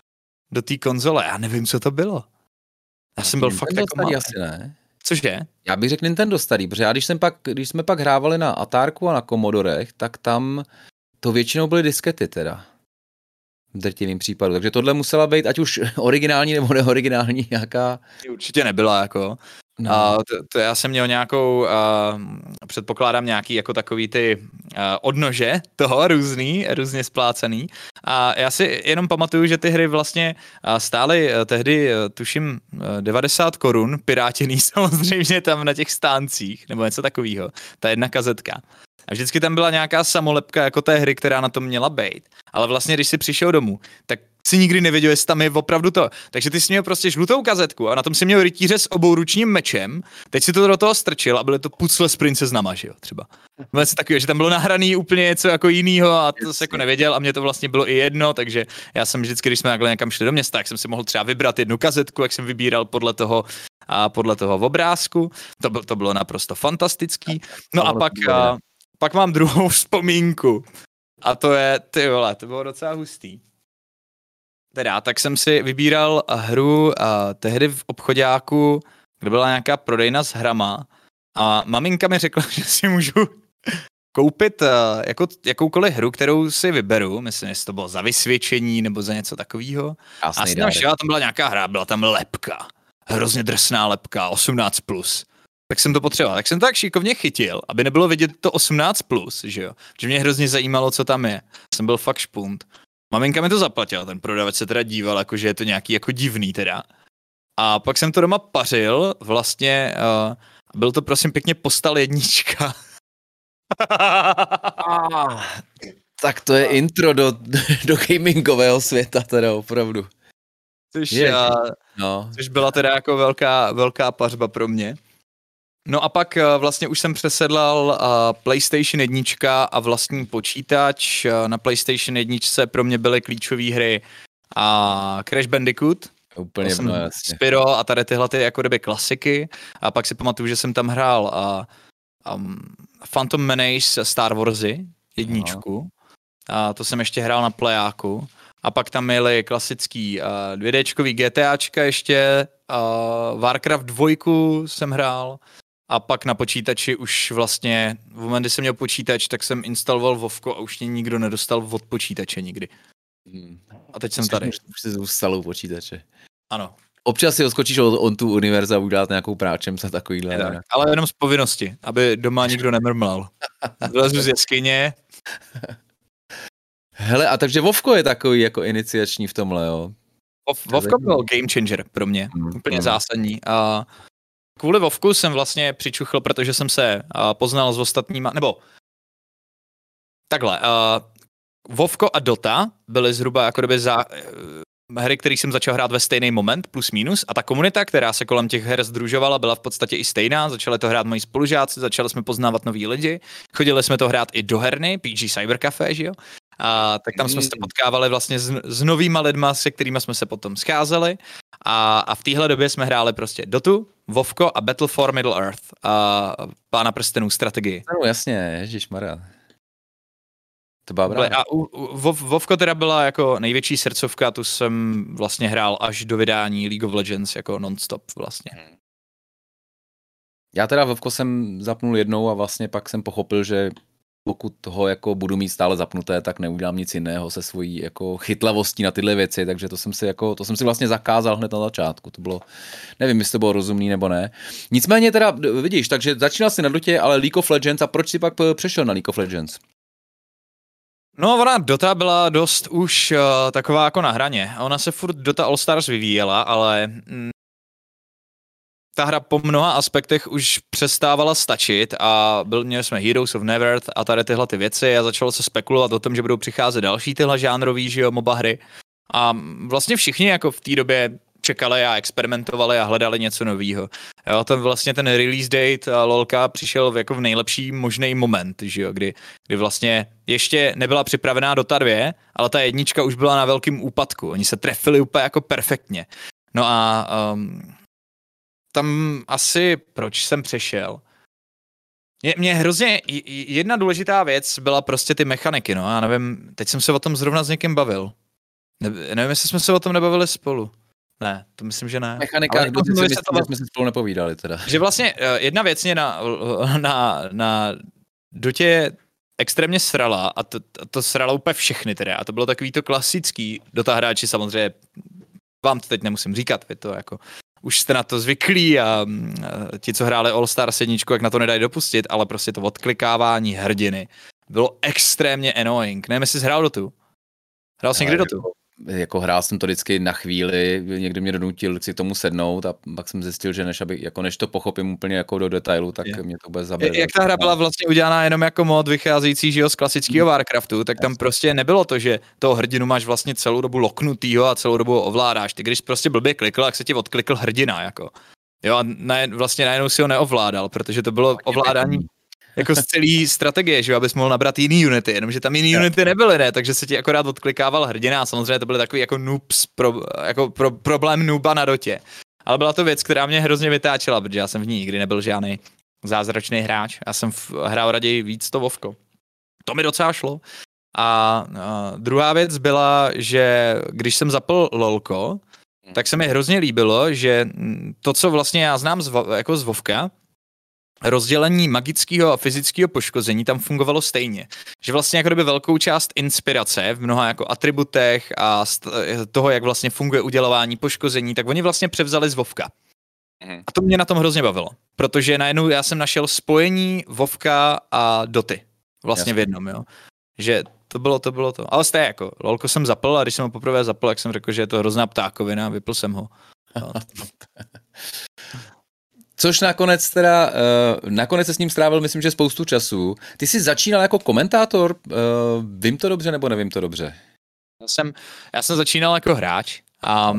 do té konzole. Já nevím, co to bylo. Já jsem byl fakt jako malý. Asi ne. Cože? Já bych řekl Nintendo starý, protože já když jsme pak hrávali na Atárku a na Commodorech, tak tam to většinou byly diskety teda. V drtivým případu. Takže tohle musela být ať už originální nebo neoriginální nějaká. Určitě nebyla jako. No. To já jsem měl nějakou, předpokládám nějaký jako takový ty odnože toho různě splácený. A já si jenom pamatuju, že ty hry vlastně stály tehdy, tuším, 90 korun, pirátěný samozřejmě tam na těch stáncích, nebo něco takového, ta jedna kazetka. A vždycky tam byla nějaká samolepka jako té hry, která na tom měla být. Ale vlastně, když si přišel domů, tak si nikdy nevěděl, jestli tam je opravdu to. Takže ty jsi měl prostě žlutou kazetku a na tom si měl rytíře s obouručním mečem. Teď si to do toho strčil a byly to pucle s princezna, že jo, třeba. Vlastně takový, že tam bylo nahraný úplně něco jako jinýho a to se jako nevěděl a mě to vlastně bylo i jedno, takže já jsem vždycky, když jsme takhle někam šli do města, tak jsem si mohl třeba vybrat jednu kazetku, jak jsem vybíral podle toho obrázku. To bylo naprosto fantastický. No a pak mám druhou vzpomínku. A to je, ty vole, to bylo docela hustý. Teda, tak jsem si vybíral hru tehdy v obchoďáku, kde byla nějaká prodejna s hrama a maminka mi řekla, že si můžu koupit jakoukoliv hru, kterou si vyberu, myslím, jestli to bylo za vysvědčení nebo za něco takového. A jsem šel, tam byla nějaká hra, byla tam lepka, hrozně drsná lepka, 18+. Tak jsem to potřeboval, tak jsem to tak šikovně chytil, aby nebylo vidět to 18+, že jo, že mě hrozně zajímalo, co tam je. Jsem byl fakt špunt. Maminka mi to zaplatila, ten prodavač se teda díval, jakože je to nějaký jako divný teda. A pak jsem to doma pařil, vlastně byl to prosím pěkně Postal 1. Tak to je intro do gamingového světa teda opravdu. Což byla teda jako velká pařba pro mě. No a pak vlastně už jsem přesedlal PlayStation 1 a vlastní počítač. Na PlayStation 1 pro mě byly klíčové hry a Crash Bandicoot, úplně Spyro a tady tyhle ty jako kdyby klasiky. A pak si pamatuju, že jsem tam hrál Phantom Menace Star Warsy 1. A to jsem ještě hrál na Playaku. A pak tam měli klasický 2Dčkový GTAčka ještě, Warcraft 2 jsem hrál. A pak na počítači už vlastně, v moment, kdy jsem měl počítač, tak jsem instaloval Vovko a už mě nikdo nedostal od počítače nikdy. A teď jsem tady. Už jsi zůstal počítače. Ano. Občas si odskočíš on tu univerza a udělat nějakou práčem za takovýhle. Tak, ale jenom z povinnosti, aby doma nikdo nemrmlal. Vlezu z jeskyně. Hele, a takže Vovko je takový jako iniciační v tomhle, jo? Vovko byl game changer pro mě, úplně zásadní. A kvůli Vovku jsem vlastně přičuchl, protože jsem se poznal s ostatníma, nebo takhle, Vovko a Dota byly zhruba jako doby hry, které jsem začal hrát ve stejný moment, plus minus, a ta komunita, která se kolem těch her sdružovala, byla v podstatě i stejná, začali to hrát moji spolužáci, začali jsme poznávat nový lidi, chodili jsme to hrát i do herny, PG Cybercafé, že jo? Tak tam jsme se potkávali vlastně s novýma lidma, se kterými jsme se potom scházeli a v téhle době jsme hráli prostě Dotu, Vovko a Battle for Middle Earth a Pána prstenů strategii. No jasně, ježišmarja. A Vovko teda byla jako největší srdcovka, tu jsem vlastně hrál až do vydání League of Legends jako non-stop vlastně. Já teda Vovko jsem zapnul jednou a vlastně pak jsem pochopil, že pokud toho jako budu mít stále zapnuté, tak neudělám nic jiného se svojí jako chytlavostí na tyhle věci, takže to jsem si vlastně zakázal hned na začátku. To bylo, nevím, jestli to bylo rozumný nebo ne. Nicméně teda vidíš, takže začínal jsi na Dotě, ale League of Legends a proč jsi pak přešel na League of Legends? No, ona Dota byla dost už taková jako na hraně. Ona se furt Dota All Stars vyvíjela, ale ta hra po mnoha aspektech už přestávala stačit a měli jsme Heroes of Neverth a tady tyhle ty věci a začalo se spekulovat o tom, že budou přicházet další tyhle žánrový, že jo, MOBA hry. A vlastně všichni jako v té době čekali a experimentovali a hledali něco novýho. Jo, vlastně ten release date LOLka přišel jako v nejlepší možný moment, že jo, kdy vlastně ještě nebyla připravená Dota 2, ale ta 1 už byla na velkým úpadku. Oni se trefili úplně jako perfektně. No a tam asi proč jsem přešel. Mě hrozně jedna důležitá věc byla prostě ty mechaniky, no, já nevím, teď jsem se o tom zrovna s někým bavil. Nevím, jestli jsme se o tom nebavili spolu. Ne, to myslím, že ne. Mechanikách jsme si spolu nepovídali teda. Že vlastně jedna věc mě na Dotě extrémně srala a to srala úplně všechny teda. A to bylo takový to klasický, Dota hráči samozřejmě, vám to teď nemusím říkat, vy to jako už jste na to zvyklí a ti, co hráli All Stars 1, jak na to nedají dopustit, ale prostě to odklikávání hrdiny bylo extrémně annoying. Nevím, jestli jsi hrál Dotu. Hrál jsi někdy Dotu? Jako hrál jsem to vždycky na chvíli, někdo mě donutil si tomu sednout a pak jsem zjistil, že než to pochopím úplně jako do detailu, tak mě to bude zabrat. Jak ta hra byla vlastně udělaná jenom jako mod vycházející, že jo, z klasického Warcraftu, tak tam prostě nebylo to, že toho hrdinu máš vlastně celou dobu loknutýho a celou dobu ho ovládáš. Ty když prostě blbě klikl, tak se ti odklikl hrdina, jako. Jo, a vlastně najednou si ho neovládal, protože to bylo ovládání jako z celý strategie, že jo, abys mohl nabrat jiný unity, jenomže tam jiný unity nebyly, ne, takže se ti akorát odklikával hrdina a samozřejmě to byly takový jako noobs, problém nooba na Dotě. Ale byla to věc, která mě hrozně vytáčela, protože já jsem v ní nikdy nebyl žádný zázračný hráč, já jsem hrál raději víc to Vovko. To mi docela šlo. A druhá věc byla, že když jsem zapl LOLko, tak se mi hrozně líbilo, že to, co vlastně já znám z Vovka, rozdělení magického a fyzického poškození tam fungovalo stejně. Že vlastně jako kdyby velkou část inspirace v mnoha jako atributech a toho, jak vlastně funguje udělování poškození, tak oni vlastně převzali z Vovka. A to mě na tom hrozně bavilo, protože najednou já jsem našel spojení Vovka a Doty. Vlastně v jednom, jo. Že to bylo to. Ale stejně jako, LOLko jsem zapl a když jsem ho poprvé zapl, tak jsem řekl, že je to hrozná ptákovina a vypl jsem ho. No. Což nakonec se s ním strávil, myslím, že spoustu času. Ty jsi začínal jako komentátor, vím to dobře nebo nevím to dobře? Já jsem začínal jako hráč a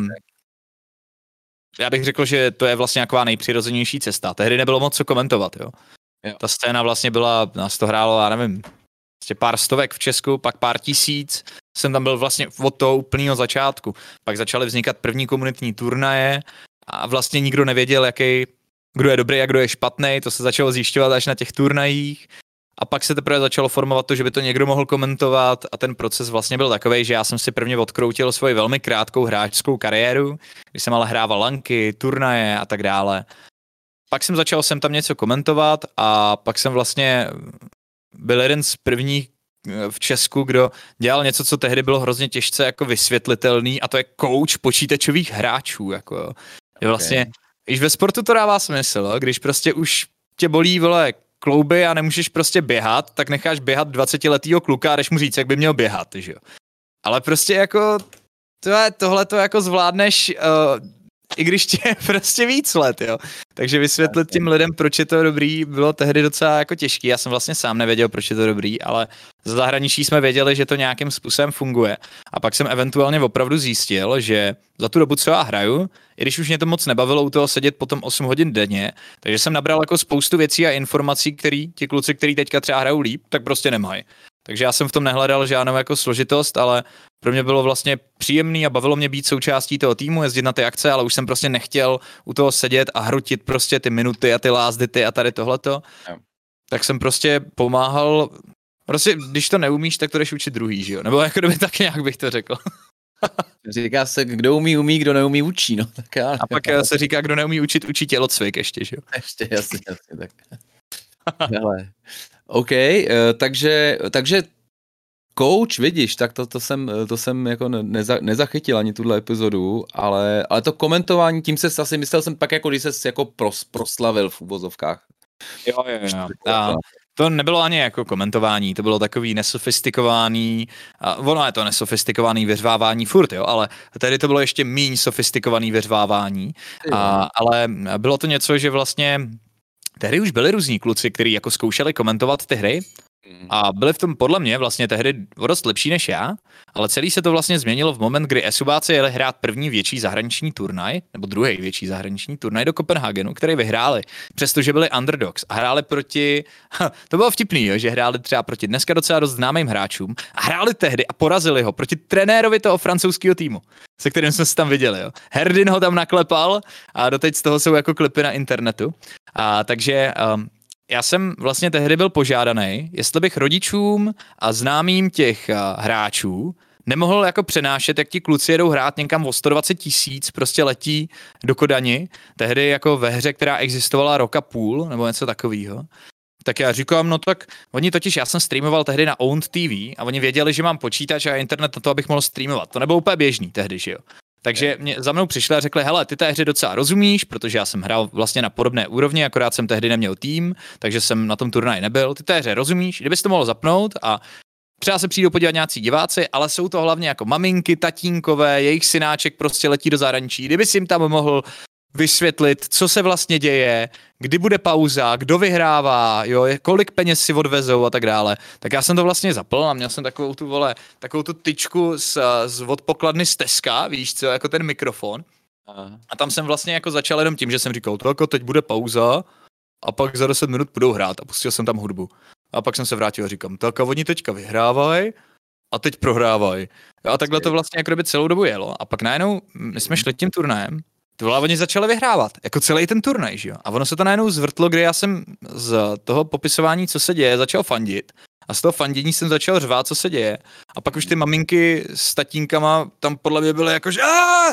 já bych řekl, že to je vlastně nějaká nejpřirozenější cesta. Tehdy nebylo moc co komentovat, jo. Ta scéna vlastně byla, nás to hrálo, já nevím, pár stovek v Česku, pak pár tisíc. Jsem tam byl vlastně od toho úplného začátku. Pak začaly vznikat první komunitní turnaje a vlastně nikdo nevěděl, kdo je dobrý a kdo je špatný, to se začalo zjišťovat až na těch turnajích a pak se teprve začalo formovat to, že by to někdo mohl komentovat a ten proces vlastně byl takovej, že já jsem si prvně odkroutil svoji velmi krátkou hráčskou kariéru, když jsem ale hrával lanky, turnaje a tak dále. Pak jsem začal tam něco komentovat a pak jsem vlastně byl jeden z prvních v Česku, kdo dělal něco, co tehdy bylo hrozně těžce jako vysvětlitelný a to je coach počítačových hráčů, jako je vlastně Když ve sportu to dává smysl, když prostě už tě bolí, vole, klouby a nemůžeš prostě běhat, tak necháš běhat 20letýho kluka a jdeš mu říct, jak by měl běhat, že jo. Ale prostě jako tohle to jako zvládneš, i když tě je prostě víc let, jo. Takže vysvětlit těm lidem, proč je to dobrý, bylo tehdy docela jako těžký. Já jsem vlastně sám nevěděl, proč je to dobrý, ale z zahraničí jsme věděli, že to nějakým způsobem funguje. A pak jsem eventuálně opravdu zjistil, že za tu dobu, co já hraju, i když už mě to moc nebavilo u toho sedět potom 8 hodin denně, takže jsem nabral jako spoustu věcí a informací, které ti kluci, kteří teďka třeba hrajou líp, tak prostě nemají. Takže já jsem v tom nehledal žádnou jako složitost, ale pro mě bylo vlastně příjemný a bavilo mě být součástí toho týmu, jezdit na ty akce, ale už jsem prostě nechtěl u toho sedět a hrotit prostě ty minuty a ty last hity a tady tohleto. Tak jsem prostě pomáhal, prostě když to neumíš, tak to jdeš učit druhý, že jo? Nebo jako kdyby tak nějak bych to řekl. Říká se, kdo umí, kdo neumí, učí, no. Tak já, a pak se říká, kdo neumí učit, učí tělocvik ještě, že jo? Ještě, jasně, tak. Hele. OK, takže coach, vidíš, tak to jsem jako nezachytil ani tuhle epizodu, ale to komentování, tím se asi myslel jsem pak jako, když ses jako proslavil v uvozovkách. Jo. A to nebylo ani jako komentování, to bylo takový nesofistikovaný, ono je to nesofistikovaný vyřvávání furt, jo, ale tady to bylo ještě míň sofistikovaný vyřvávání, ale bylo to něco, že vlastně tehdy už byli různí kluci, kteří jako zkoušeli komentovat ty hry a byli v tom podle mě vlastně tehdy dost lepší než já, ale celý se to vlastně změnilo v moment, kdy esubáci jeli hrát první větší zahraniční turnaj, nebo druhý větší zahraniční turnaj do Kopenhagenu, který vyhráli, přestože byli underdogs a hráli proti, to bylo vtipný, jo, že hráli třeba proti dneska docela dost známým hráčům a hráli tehdy a porazili ho proti trenérovi toho francouzského týmu, se kterým jsme se tam viděli, jo. Herdin ho tam naklepal a doteď z toho jsou jako klipy na internetu. A takže já jsem vlastně tehdy byl požádaný, jestli bych rodičům a známým těch hráčů nemohl jako přenášet, jak ti kluci jedou hrát někam o 120 000, prostě letí do Kodani, tehdy jako ve hře, která existovala rok a půl, nebo něco takového. Tak já říkám, no tak oni totiž, já jsem streamoval tehdy na Owned TV a oni věděli, že mám počítač a internet na to, abych mohl streamovat. To nebylo úplně běžný tehdy, že jo. Takže za mnou přišli a řekli, hele, ty té hře docela rozumíš, protože já jsem hrál vlastně na podobné úrovni, akorát jsem tehdy neměl tým, takže jsem na tom turnaji nebyl. Ty té hře rozumíš, kdybys to mohl zapnout a třeba se přijdou podívat nějací diváci, ale jsou to hlavně jako maminky, tatínkové, jejich synáček prostě letí do zahraničí. Kdybys jim tam mohl vysvětlit, co se vlastně děje, kdy bude pauza, kdo vyhrává, jo, kolik peněz si odvezou a tak dále. Tak já jsem to vlastně zapl a měl jsem takovou tu tyčku od pokladny z Teska, víš co, jako ten mikrofon. A tam jsem vlastně jako začal jenom tím, že jsem říkal, to jako teď bude pauza a pak za 10 minut budou hrát a pustil jsem tam hudbu. A pak jsem se vrátil a říkám, tak a oni teďka vyhrávají a teď prohrávají. A takhle to vlastně jako by celou dobu jelo. A pak najednou my jsme šli tím turnajem, oni začali vyhrávat, jako celý ten turnaj, že jo. A ono se to najednou zvrtlo, kdy já jsem z toho popisování, co se děje, začal fandit. A z toho fandění jsem začal řvát, co se děje. A pak už ty maminky s tatínkama tam podle mě byly jako, že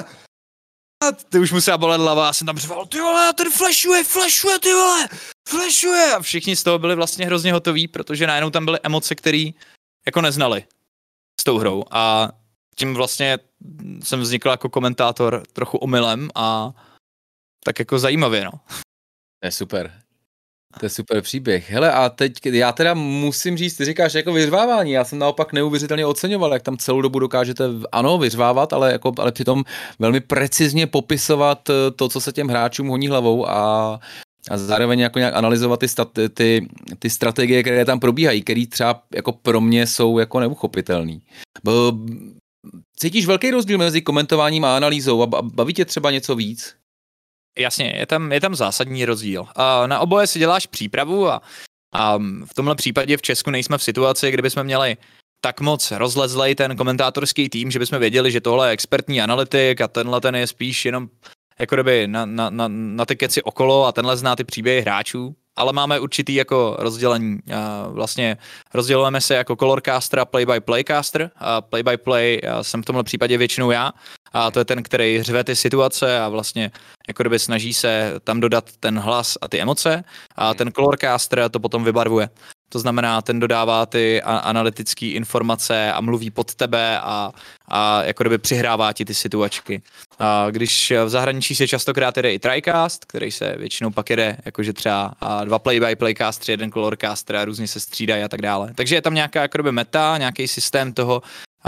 ty už musela bolet hlava, já jsem tam řval, ty vole, ten flashuje, ty vole, flashuje. A všichni z toho byli vlastně hrozně hotoví, protože najednou tam byly emoce, které jako neznali s tou hrou. A tím vlastně jsem vznikl jako komentátor trochu omylem a tak jako zajímavě, no. To je super. To je super příběh. Hele, a teď já teda musím říct, ty říkáš jako vyřvávání, já jsem naopak neuvěřitelně oceňoval, jak tam celou dobu dokážete, ano, vyřvávat, ale přitom velmi precizně popisovat to, co se těm hráčům honí hlavou a zároveň jako nějak analyzovat ty strategie, které tam probíhají, které třeba jako pro mě jsou jako neuchopitelný. Cítíš velký rozdíl mezi komentováním a analýzou a baví tě třeba něco víc? Jasně, je tam zásadní rozdíl. Na oboje si děláš přípravu a v tomhle případě v Česku nejsme v situaci, kdyby jsme měli tak moc rozlezlej ten komentátorský tým, že bychom věděli, že tohle je expertní analytik a tenhle ten je spíš jenom jako kdyby na ty keci okolo a tenhle zná ty příběhy hráčů, ale máme určitý jako rozdělení. Vlastně rozdělujeme se jako colorcaster a play-by-playcaster. Play-by-play jsem v tomhle případě většinou já. A to je ten, který řve ty situace a vlastně jako kdyby snaží se tam dodat ten hlas a ty emoce. A ten colorcaster to potom vybarvuje. To znamená, ten dodává ty analytické informace a mluví pod tebe a jako kdyby přihrává ti ty situačky. A když v zahraničí se častokrát jede i TriCast, který se většinou pak jede jakože třeba 2 play-by-playcaster, 1 colorcaster a různě se střídají a tak dále. Takže je tam nějaká jako kdyby meta, nějaký systém toho,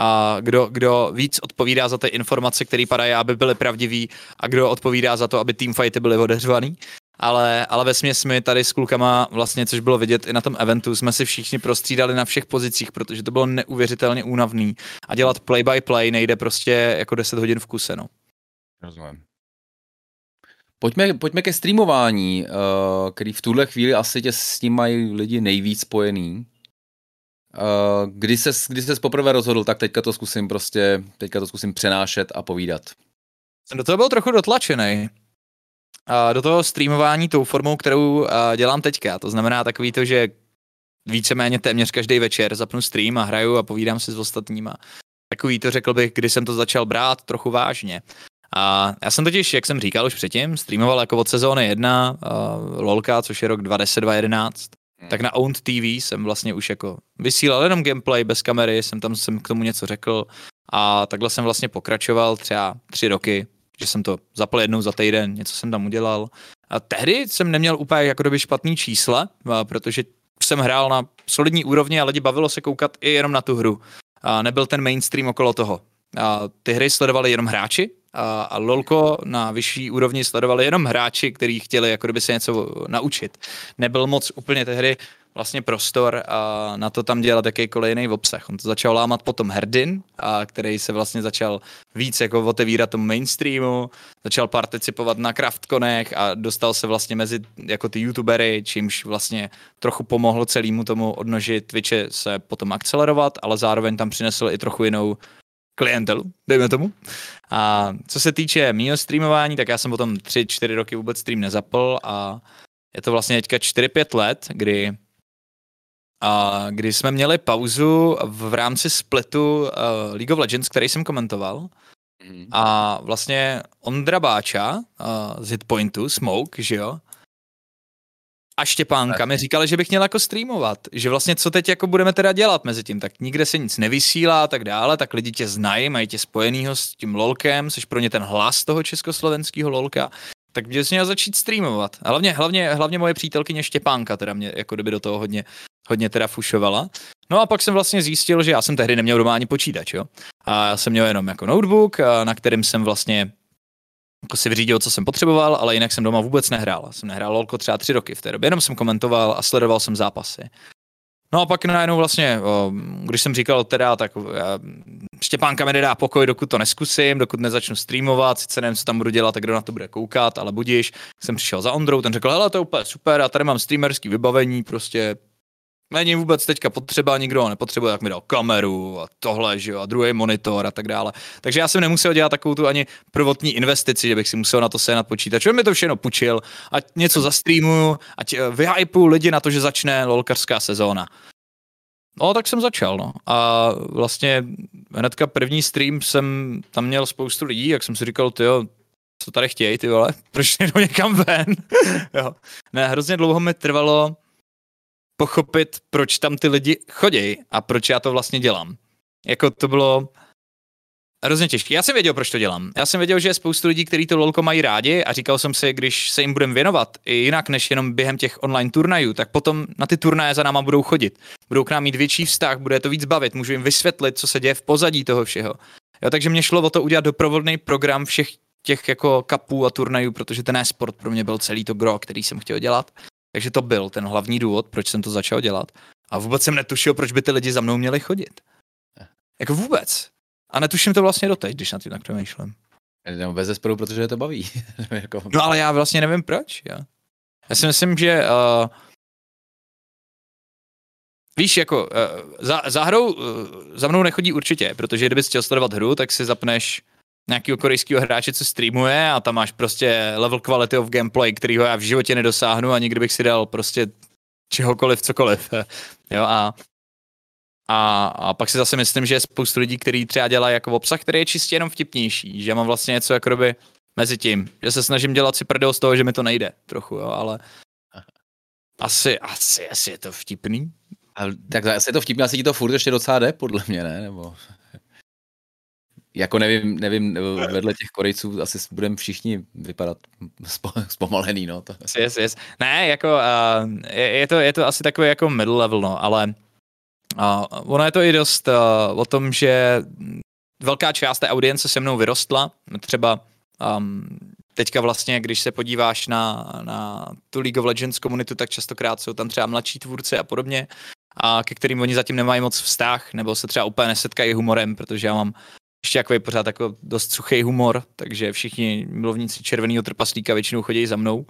kdo víc odpovídá za ty informace, které padají, aby byly pravdivý a kdo odpovídá za to, aby teamfighty byly odeřvaný. Ale vesměs my tady s klukama vlastně, což bylo vidět i na tom eventu, jsme si všichni prostřídali na všech pozicích, protože to bylo neuvěřitelně únavný a dělat play by play nejde prostě jako 10 hodin v kuse, no. Rozumím. Pojďme ke streamování, který v tuhle chvíli asi s ním mají lidi nejvíc spojený. Kdy ses poprvé rozhodl, tak teďka to zkusím přenášet a povídat. Jsem do toho byl trochu dotlačený. Do toho streamování tou formou, kterou dělám teďka. To znamená takový to, že víceméně téměř každý večer zapnu stream a hraju a povídám si s ostatníma. Takový to řekl bych, kdy jsem to začal brát trochu vážně. A já jsem totiž, jak jsem říkal už předtím, streamoval jako od sezóny 1 LOLka, což je rok 2010-2011. Tak na Owned TV jsem vlastně už jako vysílal jenom gameplay bez kamery, jsem k tomu něco řekl a takhle jsem vlastně pokračoval třeba 3 roky, že jsem to zapl jednou za týden, něco jsem tam udělal. A tehdy jsem neměl úplně jako doby špatný čísla, protože jsem hrál na solidní úrovni a lidi bavilo se koukat i jenom na tu hru. A nebyl ten mainstream okolo toho. A ty hry sledovali jenom hráči a LOLko na vyšší úrovni sledovali jenom hráči, kteří chtěli jako kdyby se něco naučit. Nebyl moc úplně tehdy vlastně prostor a na to tam dělat jakýkoliv jiný obsah. On to začal lámat potom Herdin, který se vlastně začal víc jako otevírat tomu mainstreamu, začal participovat na Craftconech a dostal se vlastně mezi jako ty youtubery, čímž vlastně trochu pomohlo celému tomu odnoži Twitche se potom akcelerovat, ale zároveň tam přinesl i trochu jinou klientelu, dejme tomu. A co se týče mýho streamování, tak já jsem potom 3-4 roky vůbec stream nezapl a je to vlastně teďka 4-5 let, kdy kdy jsme měli pauzu v rámci splitu League of Legends, který jsem komentoval. A vlastně Ondra Báča z Hitpointu, Smoke, že jo? A Štěpánka mi říkali, že bych měl jako streamovat, že vlastně co teď jako budeme teda dělat mezi tím, tak nikde se nic nevysílá a tak dále, tak lidi tě znají, mají tě spojenýho s tím lolkem, jsi pro ně ten hlas toho československého lolka, tak bys měl začít streamovat. A hlavně moje přítelkyně Štěpánka teda mě jako kdyby do toho hodně teda fušovala. No a pak jsem vlastně zjistil, že já jsem tehdy neměl doma ani počítač, jo. A já jsem měl jenom jako notebook, na kterým jsem vlastně jako si vyřídil, co jsem potřeboval, ale jinak jsem doma vůbec nehrál. Jsem nehrál lolko třeba 3 roky v té době, jenom jsem komentoval a sledoval jsem zápasy. No a pak najednou vlastně, když jsem říkal teda, tak Štěpánka mi nedá pokoj, dokud to neskusím, dokud nezačnu streamovat, sice nevím, co tam budu dělat a kdo na to bude koukat, ale budiš. Jsem přišel za Ondrou, ten řekl, hele, to je úplně super, já tady mám streamerský vybavení, prostě není vůbec teďka potřeba, nikdo ho nepotřebuje, jak mi dal kameru a tohle, že jo, a druhý monitor a tak dále. Takže já jsem nemusel dělat takovou tu ani prvotní investici, že bych si musel na to sehnat počítač. On mi to všechno půjčil, ať něco zastreamuju, ať vyhypuju lidi na to, že začne lolkarská sezóna. No, tak jsem začal, no. A vlastně hnedka první stream jsem tam měl spoustu lidí, jak jsem si říkal, tyjo, co tady chtějí, ty vole, proč nejdou někam ven? Jo. Ne, hrozně dlouho mi trvalo pochopit, proč tam ty lidi chodí a proč já to vlastně dělám. Jako to bylo hrozně těžké. Já jsem věděl, proč to dělám. Já jsem věděl, že je spoustu lidí, kteří to lolko mají rádi a říkal jsem si, když se jim budeme věnovat i jinak než jenom během těch online turnajů, tak potom na ty turnaje za náma budou chodit. Budou k nám mít větší vztah, bude to víc bavit, můžu jim vysvětlit, co se děje v pozadí toho všeho. Jo, takže mě šlo o to udělat doprovodný program všech těch jako kapů a turnajů, protože ten e-sport pro mě byl celý to gro, který jsem chtěl dělat. Takže to byl ten hlavní důvod, proč jsem to začal dělat. A vůbec jsem netušil, proč by ty lidi za mnou měli chodit. Jako vůbec. A netuším to vlastně doteď, když na tím tak přemýšlím. Bez zesporu, protože je to baví. No ale já vlastně nevím proč. Já si myslím, že víš, jako za hrou za mnou nechodí určitě, protože kdybys chtěl sledovat hru, tak si zapneš nějakýho korejského hráče, co streamuje a tam máš prostě level quality of gameplay, kterýho já v životě nedosáhnu a nikdy bych si dal prostě čehokoliv, cokoliv. Jo, a pak si zase myslím, že je spoustu lidí, kteří třeba dělají jako obsah, který je čistě jenom vtipnější, že mám vlastně něco jako doby mezi tím, že se snažím dělat si prdel z toho, že mi to nejde trochu, jo, ale asi je to vtipný. Tak asi je to vtipný, asi ti to furt ještě docela jde, podle mě, ne? Nebo... Jako nevím, vedle těch Korejců asi budeme všichni vypadat zpomalený, no. To. Yes. Ne, jako je to asi takový jako middle level, no, ale ono je to i dost o tom, že velká část té audience se mnou vyrostla, třeba teďka vlastně, když se podíváš na tu League of Legends komunitu, tak častokrát jsou tam třeba mladší tvůrci a podobně, a ke kterým oni zatím nemají moc vztah, nebo se třeba úplně nesetkají humorem, protože já mám ještě takový pořád jako dost suchý humor, takže všichni milovníci červeného trpaslíka většinou chodí za mnou.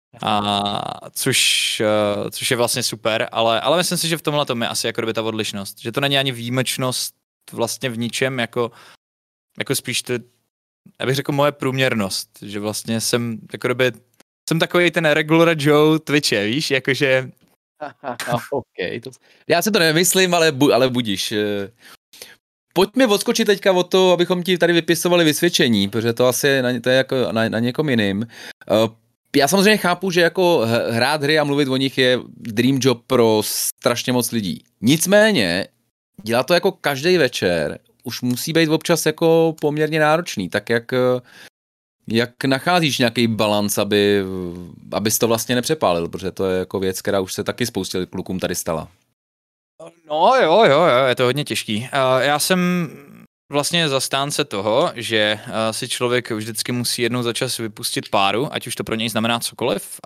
Což je vlastně super, ale myslím si, že v tomhle tom je asi jako kdyby ta odlišnost, že to není ani výjimečnost vlastně v ničem, jako spíš to, já bych řekl moje průměrnost, že vlastně jsem jako kdyby, jsem takový ten regular Joe Twitche, víš, jakože... OK, já si to nemyslím, ale budíš. Pojďme odskočit teďka od toho, abychom ti tady vypisovali vysvědčení, protože to asi je jako na někom jiným. Já samozřejmě chápu, že jako hrát hry a mluvit o nich je dream job pro strašně moc lidí. Nicméně, dělat to jako každý večer už musí být občas jako poměrně náročný. Tak jak nacházíš nějaký balans, abys to vlastně nepřepálil, protože to je jako věc, která už se taky spoustě klukům tady stala. No jo, je to hodně těžký. Já jsem vlastně zastánce toho, že si člověk vždycky musí jednou za čas vypustit páru, ať už to pro něj znamená cokoliv.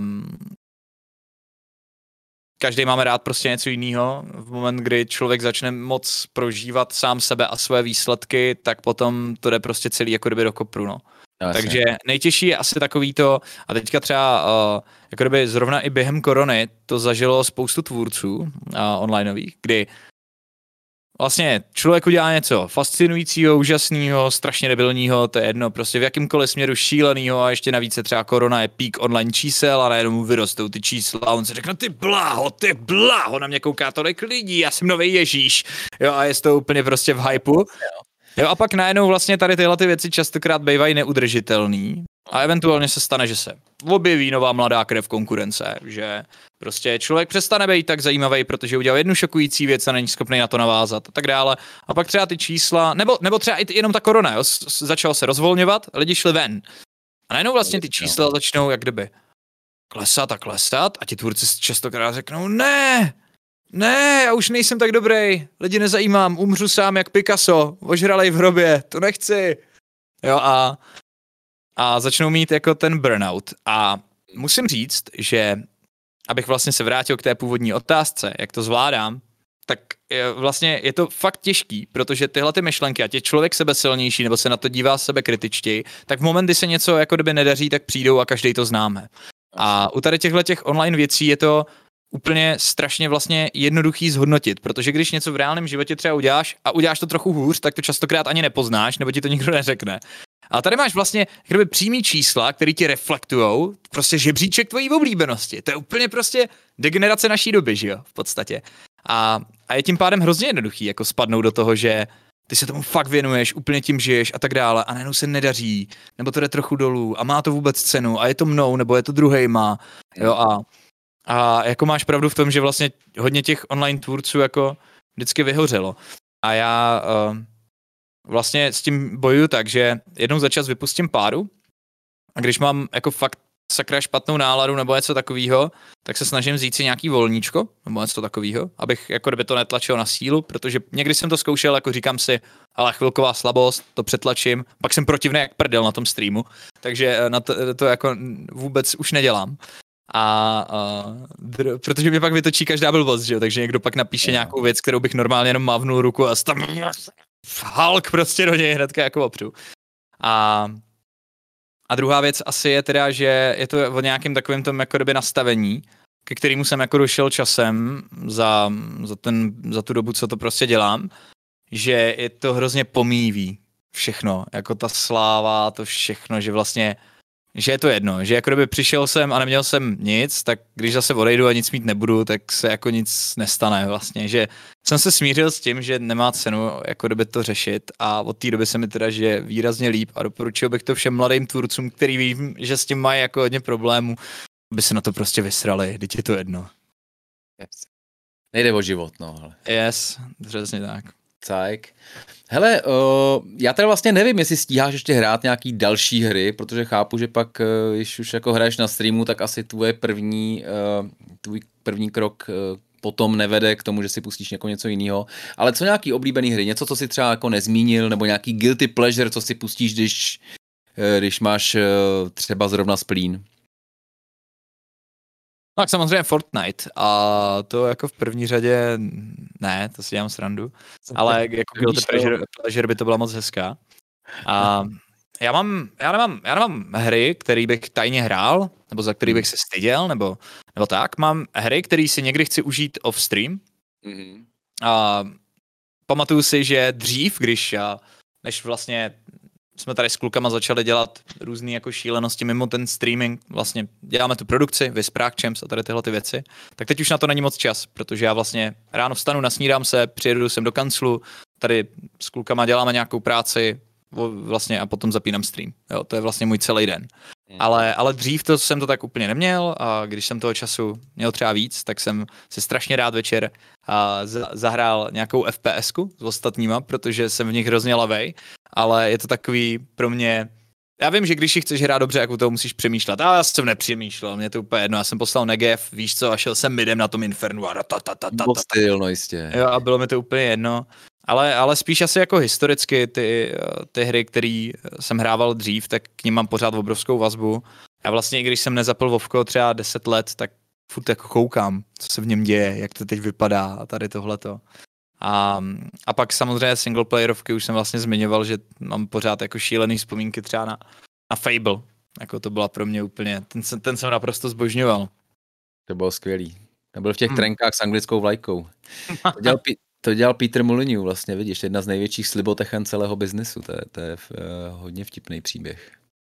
Každý máme rád prostě něco jiného. V moment, kdy člověk začne moc prožívat sám sebe a své výsledky, tak potom to jde prostě celý jako kdyby do kopru, no. Takže nejtěžší je asi takový to, a teďka třeba jako kdyby zrovna i během korony to zažilo spoustu tvůrců onlineových, kdy vlastně člověk udělá něco fascinujícího, úžasného, strašně debilního, to je jedno, prostě v jakýmkoliv směru šílenýho a ještě navíc třeba korona je pík online čísel a najednou mu vyrostou ty čísla a on se řekne, ty bláho, na mě kouká tolik lidí, já jsem novej Ježíš, jo, a je to úplně prostě v hypeu. Jo, a pak najednou vlastně tady tyhle ty věci častokrát bývají neudržitelný a eventuálně se stane, že se objeví nová mladá krev konkurence, že prostě člověk přestane být tak zajímavý, protože udělal jednu šokující věc a není schopný na to navázat a tak dále. A pak třeba ty čísla, nebo třeba i jenom ta korona, jo, začalo se rozvolňovat, lidi šli ven. A najednou vlastně ty čísla začnou jak kdyby klesat a ti tvůrci častokrát řeknou, ne, já už nejsem tak dobrý, lidi nezajímám, umřu sám jak Picasso, ožralej v hrobě, to nechci. Jo a začnou mít jako ten burnout. A musím říct, že abych vlastně se vrátil k té původní otázce, jak to zvládám, tak vlastně je to fakt těžký, protože tyhle ty myšlenky, ať je člověk sebesilnější nebo se na to dívá sebekritičtěji, tak v moment, kdy se něco jako kdyby nedaří, tak přijdou a každý to známe. A u tady těch online věcí je to úplně strašně vlastně jednoduchý zhodnotit, protože když něco v reálném životě třeba uděláš a uděláš to trochu hůř, tak to častokrát ani nepoznáš, nebo ti to nikdo neřekne. A tady máš vlastně kdyby přímý čísla, který ti reflektujou prostě žebříček tvojí oblíbenosti. To je úplně prostě degenerace naší doby, že jo, v podstatě. A je tím pádem hrozně jednoduchý jako spadnout do toho, že ty se tomu fakt věnuješ, úplně tím žiješ a tak dále a najednou se nedaří, nebo to jde trochu dolů a má to vůbec cenu a je to mnou, nebo je to druhejma, jo a jako máš pravdu v tom, že vlastně hodně těch online tvůrců jako vždycky vyhořelo. A já vlastně s tím bojuju tak, že jednou za čas vypustím páru a když mám jako fakt sakra špatnou náladu nebo něco takového, tak se snažím vzít si nějaký volníčko nebo něco takového, abych jako kdyby to netlačil na sílu, protože někdy jsem to zkoušel, jako říkám si, ale chvilková slabost, to přetlačím, pak jsem protivný jak prdel na tom streamu, takže na to jako vůbec už nedělám. Protože mě pak vytočí každá blbost, že jo, takže někdo pak napíše nějakou věc, kterou bych normálně jenom mávnul ruku a tam Hulk prostě do něj hnedka jako opřu. A druhá věc asi je teda, že je to o nějakém takovém tom jako doby nastavení, ke kterému jsem jako došel časem za tu dobu, co to prostě dělám, že je to hrozně pomíjivý všechno, jako ta sláva, to všechno, že vlastně že je to jedno, že jako kdyby přišel jsem a neměl jsem nic, tak když zase odejdu a nic mít nebudu, tak se jako nic nestane vlastně, že jsem se smířil s tím, že nemá cenu jako kdyby to řešit a od té doby se mi teda žije výrazně líp a doporučil bych to všem mladým tvůrcům, který vím, že s tím mají jako hodně problémů, aby se na to prostě vysrali, teď je to jedno. Yes. Nejde o život, no. Ale. Yes, přesně tak. Tak. Hele, já teda vlastně nevím, jestli stíháš ještě hrát nějaký další hry, protože chápu, že pak, když už jako hraješ na streamu, tak asi tvůj první krok potom nevede k tomu, že si pustíš jako něco jiného. Ale co nějaký oblíbený hry? Něco, co si třeba jako nezmínil, nebo nějaký guilty pleasure, co si pustíš, když máš třeba zrovna splín? Tak samozřejmě Fortnite a to jako v první řadě ne, to si dělám srandu, ale jako guilty pleasure by to byla moc hezká. A já nemám hry, které bych tajně hrál, nebo za který bych se styděl, nebo tak. Mám hry, které si někdy chci užít off stream. A pamatuju si, že dřív, než vlastně jsme tady s klukama začali dělat různý jako šílenosti mimo ten streaming, vlastně děláme tu produkci, Visprák Champs a tady tyhle ty věci, tak teď už na to není moc čas, protože já vlastně ráno vstanu, nasnídám se, přijedu sem do kanclu, tady s klukama děláme nějakou práci vlastně a potom zapínám stream. Jo, to je vlastně můj celý den. Ale dřív jsem to tak úplně neměl a když jsem toho času měl třeba víc, tak jsem si strašně rád večer zahrál nějakou FPSku s ostatníma, protože jsem v nich hrozně lavej, ale je to takový pro mě. Já vím, že když si chceš hrát dobře, jak u toho musíš přemýšlet. Ale já jsem nepřemýšlel, mě to úplně jedno. Já jsem poslal negev, víš co, a šel jsem midem na tom Infernu a stylno jistě. Jo, a bylo mi to úplně jedno. Ale spíš asi jako historicky ty hry, které jsem hrával dřív, tak k nim mám pořád obrovskou vazbu. Já vlastně, i když jsem nezapl Vovko třeba 10 let, tak furt jako koukám, co se v něm děje, jak to teď vypadá a tady tohleto. A pak samozřejmě singleplayerovky už jsem vlastně zmiňoval, že mám pořád jako šílený vzpomínky třeba na Fable. Jako to byla pro mě úplně, ten jsem naprosto zbožňoval. To bylo skvělý. To byl v těch trenkách s anglickou vlajkou. to dělal Peter Molyneux vlastně, vidíš, jedna z největších slibotechen celého biznesu, to je hodně vtipný příběh.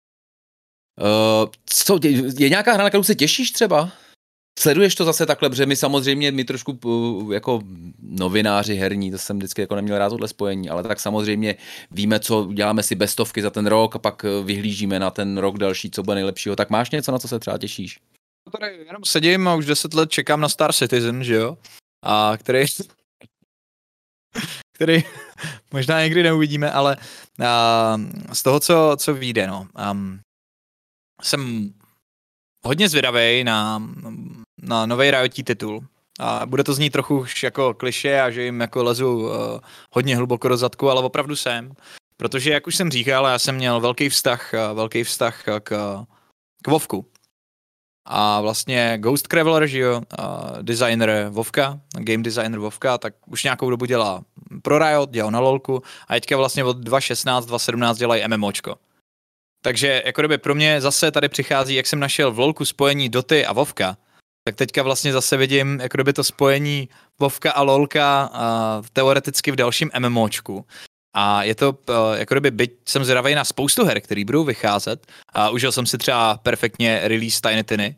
Co, je nějaká hra, na kterou se těšíš třeba? Sleduješ to zase takhle, protože my trošku jako novináři herní, to jsem vždycky jako neměl rád tohle spojení, ale tak samozřejmě víme, co děláme si bestovky za ten rok a pak vyhlížíme na ten rok další, co bude nejlepšího. Tak máš něco, na co se třeba těšíš? Tady jenom sedím a už 10 let čekám na Star Citizen, že jo? A který možná někdy neuvidíme, ale z toho, co vyjde, no. Jsem hodně zvědavej na nový Riotí titul. A bude to znít trochu už jako klišé a že jim jako lezu hodně hluboko do zadku, ale opravdu jsem. Protože, jak už jsem říkal, já jsem měl velký vztah k Vovku. A vlastně Ghost Craveler, že jo, designer Vovka, game designer Vovka, tak už nějakou dobu dělá pro Riot, dělal na LoLku a teďka vlastně od 2016, 2017 dělají MMOčko. Takže jako kdyby pro mě zase tady přichází, jak jsem našel v LoLku spojení Doty a Vovka, tak teďka vlastně zase vidím jako kdyby to spojení Vovka a LoLka teoreticky v dalším MMOčku. A je to, jako kdyby, byť jsem zvědavej na spoustu her, které budou vycházet. A užil jsem si třeba perfektně release Tiny Tiny.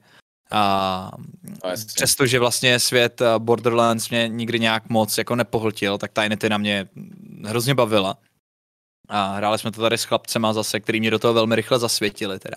Přestože vlastně svět Borderlands mě nikdy nějak moc jako nepohltil, tak Tiny Tina mě hrozně bavila. A hráli jsme to tady s chlapcema zase, který mě do toho velmi rychle zasvětili teda.